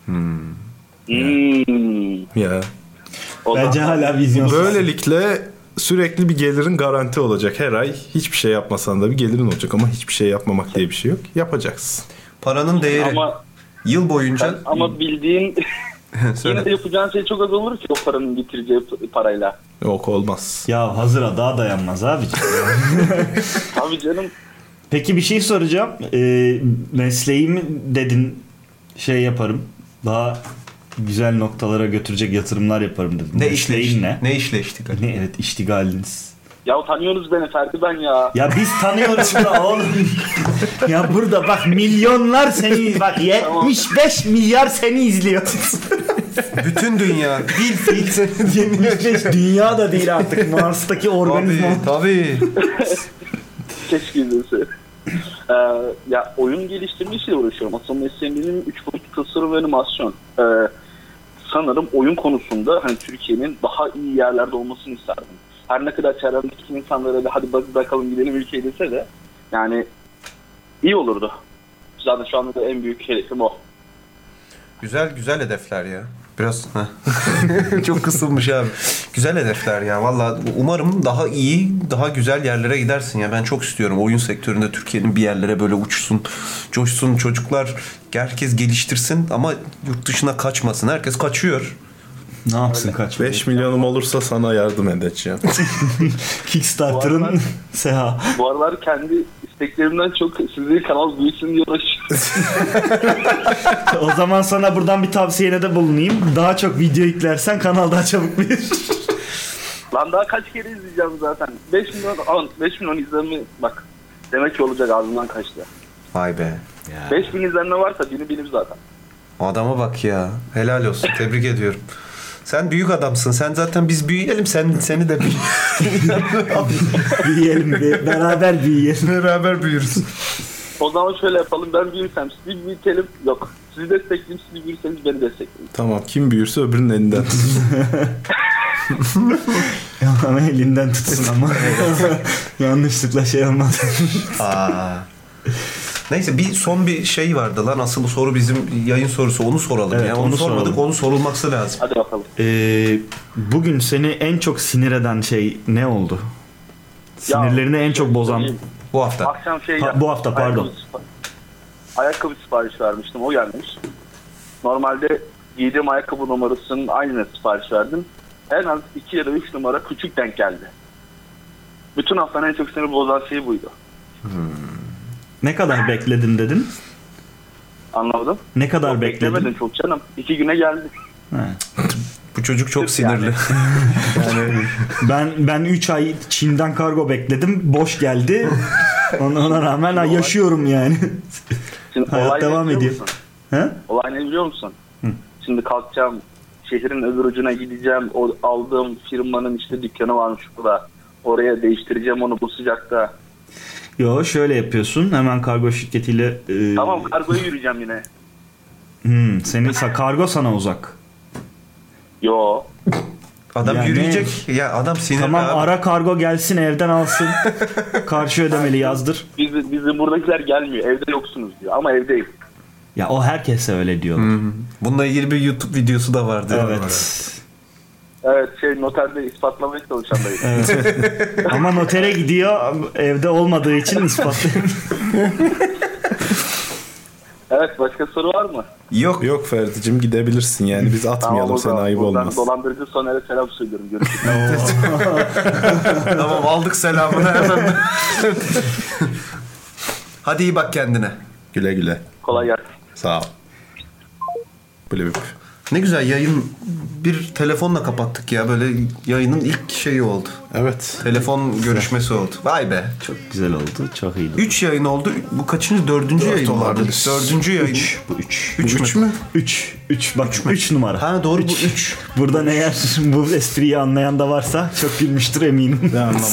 Ya. O Bence zaman- hala vizyonsuz. Böylelikle sürekli bir gelirin garanti olacak. Her ay hiçbir şey yapmasan da bir gelirin olacak ama hiçbir şey yapmamak diye bir şey yok. Yapacaksın. Paranın değeri. Ama Yıl boyunca. ama bildiğin yine Söyle. de yapacağın şey çok az olur ki o paranın getireceği parayla. Yok olmaz. Ya hazıra daha dayanmaz abiciğim. Tabii canım. Peki bir şey soracağım. Mesleğimi dedin, şey yaparım. Daha güzel noktalara götürecek yatırımlar yaparım dedin. Ne Mesleğin işleştik? ne? Ne işleştik? Ne, evet, iştigaliniz. Ya tanıyorsunuz beni Ferdi ben ya. Ya biz tanıyoruz da oğlum. Ya burada bak milyonlar seni, bak 75 milyar seni izliyor. Bütün dünya. Dil fiil seni dinliyor. 75 dünya da değil artık, Mars'taki organizma. Tabii. Keşke izlese. Ya oyun geliştirme işiyle uğraşıyorum. Asıl mesleğim benim 3 boyutlu tasarım ve animasyon. Sanırım oyun konusunda hani Türkiye'nin daha iyi yerlerde olmasını isterdim. Her ne kadar çevremdeki insanlara da hadi bakalım gidelim ülkeye dese de yani iyi olurdu. Zaten şu anda da en büyük hedefim o. Güzel hedefler ya. Biraz çok kısılmış abi. Güzel hedefler ya. Vallahi umarım daha iyi, daha güzel yerlere gidersin ya. Ben çok istiyorum oyun sektöründe Türkiye'nin bir yerlere böyle uçsun, coşsun, çocuklar herkes geliştirsin ama yurt dışına kaçmasın. Herkes kaçıyor. Ne yapsın kaç? 5 milyonum olursa sana yardım edeceğim. Kickstarter'ın SEHA. Bu aralar kendi isteklerimden çok sizin kanal büyüsün diye uğraşıyorum. O zaman sana buradan bir tavsiyene de bulunayım. Daha çok video yüklersen kanal daha çabuk büyür. Lan daha kaç kere izleyeceğim zaten. 5 milyon izlenme bak. Demek ki olacak, ağzımdan kaçtı. Vay be. 5000 izlenme varsa benim zaten. O adama bak ya. Helal olsun. Tebrik ediyorum. Sen büyük adamsın. Sen zaten biz büyüyelim. Seni de Büyüyelim, beraber büyüyelim. beraber büyürüz. O zaman şöyle yapalım. Ben büyürsem sizi büyütelim. Yok. Sizi destekleyeyim. Siz büyürseniz beni destekleyin. Tamam, kim büyürse öbürünün elinden tutsun. Ama elinden tutsun ama. Yanlışlıkla şey olmaz. Neyse son bir şey vardı lan. Asıl soru bizim yayın sorusu. Onu soralım. Evet, ya. onu Onu sormadık. soralım. Onu sorulması lazım. Hadi bakalım. Bugün seni en çok sinir eden şey ne oldu? Sinirlerini en çok bozan. Bu hafta. Akşam Bu hafta, pardon. Ayakkabı sipariş vermiştim. O gelmiş. Normalde giydiğim ayakkabı numarasının aynı sipariş verdim. En az 2 ya da 3 numara küçük denk geldi. Bütün haftanın en çok sinir bozan şey buydu. Ne kadar bekledin dedin? Anlamadım. Ne kadar Çok bekledin? beklemedim çok canım. 2 güne geldi. Bu çocuk çok sinirli. Ben 3 ay Çin'den kargo bekledim. Boş geldi. Ona rağmen yaşıyorum yani. Şimdi Hayat olay devam ne biliyor ediyor. musun? He? Olay ne biliyor musun? Şimdi kalkacağım. Şehrin öbür ucuna gideceğim. O aldığım firmanın işte dükkanı varmış burada. Oraya değiştireceğim onu bu sıcakta. Yo, şöyle yapıyorsun. Hemen kargo şirketiyle Tamam, kargoya yürüyeceğim yine. kargo sana uzak. Yo. Adam Yani- yürüyecek. Ya adam sinirli Tamam, abi. ara kargo gelsin, evden alsın. Karşı ödemeli yazdır. Bizim buradakiler gelmiyor. Evde yoksunuz diyor. Ama evdeyim. Ya o herkese öyle diyorlar. Bununla ilgili bir YouTube videosu da vardı. Evet. Evet, noterde ispatlamaya çalışandayım. Ama notere gidiyor, evde olmadığı için ispatlayamıyor. Evet, başka soru var mı? Yok. Yok Ferdi'cim, gidebilirsin yani, biz atmayalım, o sana zaman ayıp buradan olmaz. Dolandırıcı Soner'e selam söylüyorum. Görüşürüz. Tamam, aldık selamını hemen. Hadi iyi bak kendine. Güle güle. Kolay gelsin. Sağ ol. Böyle bir... Ne güzel yayın, bir telefonla kapattık ya. Böyle yayının ilk şeyi oldu. Evet. Telefon görüşmesi oldu. Vay be. Çok güzel oldu, çok iyiydi. 3 yayın oldu. Bu kaçıncı? 4. yayın vardı. olabilir. 4. yayın. Bu 3. 3 mü? 3 bak 3 numara. Ha doğru, bu 3. Buradan eğer bu espriyi anlayan da varsa çok gülmüştür eminim. Ne anlamam.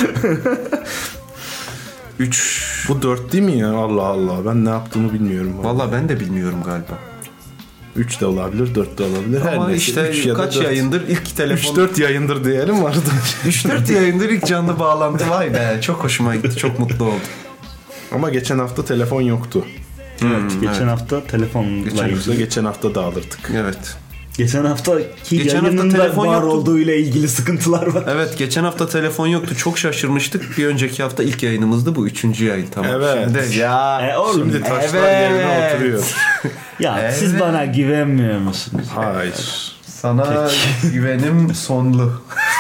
3. Bu 4 değil mi ya? Allah Allah. Ben ne yaptığımı bilmiyorum. Valla ben de bilmiyorum galiba. 3 de olabilir, 4 de olabilir. Ama neyse, işte üç ya da kaç dört. yayındır ilk telefon... 3-4 yayındır diyelim vardı. 3-4 yayındır ilk canlı bağlantı. Vay be, çok hoşuma gitti. Çok mutlu oldum. Ama geçen hafta telefon yoktu. Geçen hafta telefonla ilgili. Geçen hafta dağılırdık. Evet. Geçen haftaki Geçen hafta yayının da telefon var yoktu. olduğu ile ilgili sıkıntılar var. Evet, geçen hafta telefon yoktu. Çok şaşırmıştık. Bir önceki hafta ilk yayınımızdı. Bu 3. yayın. Tamam. Evet. Şimdi ya. Oğlum, Şimdi taşlar Evet. yerine oturuyor. ya Evet. siz bana güvenmiyor musunuz? Hayır. Sana güvenim sonlu.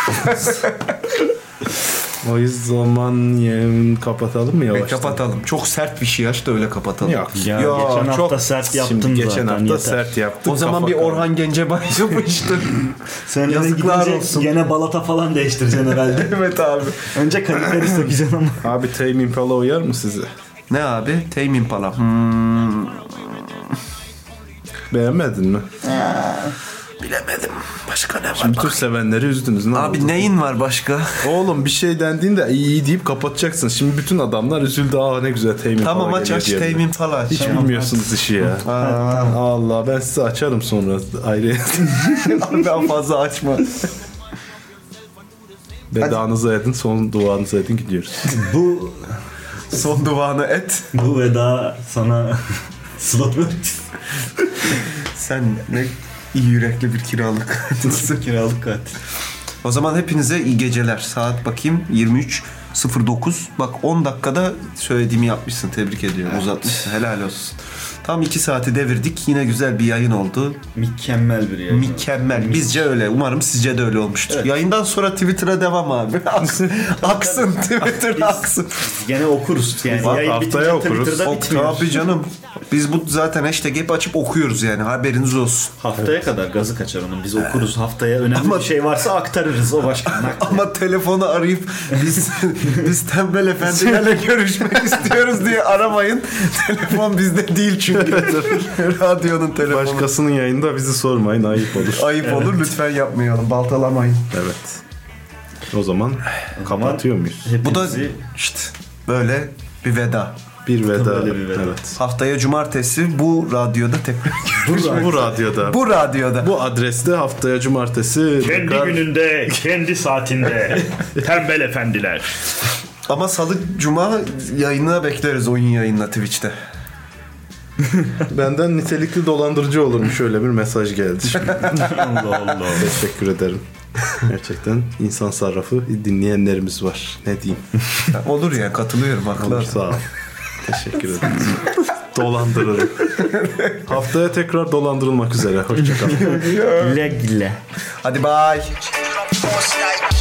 O zaman kapatalım mı yavaştan? Kapatalım. Çok sert bir şey aç da öyle kapatalım. Yok. Ya Yo, geçen hafta çok- sert yaptın Şimdi zaten. geçen hafta yeter. sert yaptık. O zaman kafa bir kaldı. Orhan Gencebay yapıştır. Sen eve Yazıklar gidince olsun. gene balata falan değiştireceksin herhalde. Evet abi. Önce kaliferi sökeceksin ama. Abi Tame Impala uyar mı size? Ne abi? Tame Impala. Beğenmedin mi? Bilemedim. Başka ne var? Bütün sevenleri üzdünüz. Ne Abi oldu? neyin var başka? Oğlum bir şey dendiğinde iyi deyip kapatacaksın. Şimdi bütün adamlar üzüldü. Aa ne güzel Tame Impala Tamam, aç geliyor aç diye. Tame Impala aç. Hiç bilmiyorsunuz işi ya. Allah, ben size açarım sonra ayrı. Ben fazla açma. Vedanızı edin, son duanızı edin, gidiyoruz. Bu Son duanı et. bu veda sana slot ver. Sen ne iyi yürekli bir kiralık katilsin. Kiralık katil. O zaman hepinize iyi geceler. Saat bakayım 23.09. Bak 10 dakikada söylediğimi yapmışsın. Tebrik ediyorum. Uzatmışsın. Helal olsun. Tam 2 saati devirdik. Yine güzel bir yayın oldu. Mükemmel bir yayın. Mükemmel. Bizce öyle. Umarım sizce de öyle olmuştur. Evet. Yayından sonra Twitter'a devam abi. Aksın. Twitter'a aksın. Gene okuruz. Yani Bak, yayın haftaya bitince okuruz. Twitter'da bitmiyor. Tabii canım. Biz bu zaten hashtag hep açıp okuyoruz yani. Haberiniz olsun. Haftaya kadar gazı kaçar onun. Biz okuruz. Haftaya önemli Ama- bir şey varsa aktarırız. O başka. Ama telefonu arayıp biz tembel efendilerle görüşmek istiyoruz diye aramayın. Telefon bizde değil çünkü. Radyonun telefonu. Başkasının yayında bizi sormayın, ayıp olur. Ayıp olur, lütfen yapmayalım. Baltalamayın. Evet. O zaman kapatıyor muyuz? Bu da Hepinizi işte böyle bir veda. Bir veda. Böyle bir veda. Evet. Haftaya cumartesi bu radyoda tekrar Bu radyoda. bu radyoda. Bu adreste haftaya cumartesi. Kendi gününde, kendi saatinde. Tembel efendiler. Ama salı cuma yayına bekleriz, oyun yayınla Twitch'te. Benden nitelikli dolandırıcı olurmuş, öyle bir mesaj geldi şimdi. Allah Allah. Teşekkür ederim. Gerçekten insan sarrafı dinleyenlerimiz var. Ne diyeyim? Olur ya, katılıyorum, haklı. Sağ ol. Teşekkür ederim. Dolandırırım. Haftaya tekrar dolandırılmak üzere. Hoşçakalın. Güle güle. Hadi bye. Force night.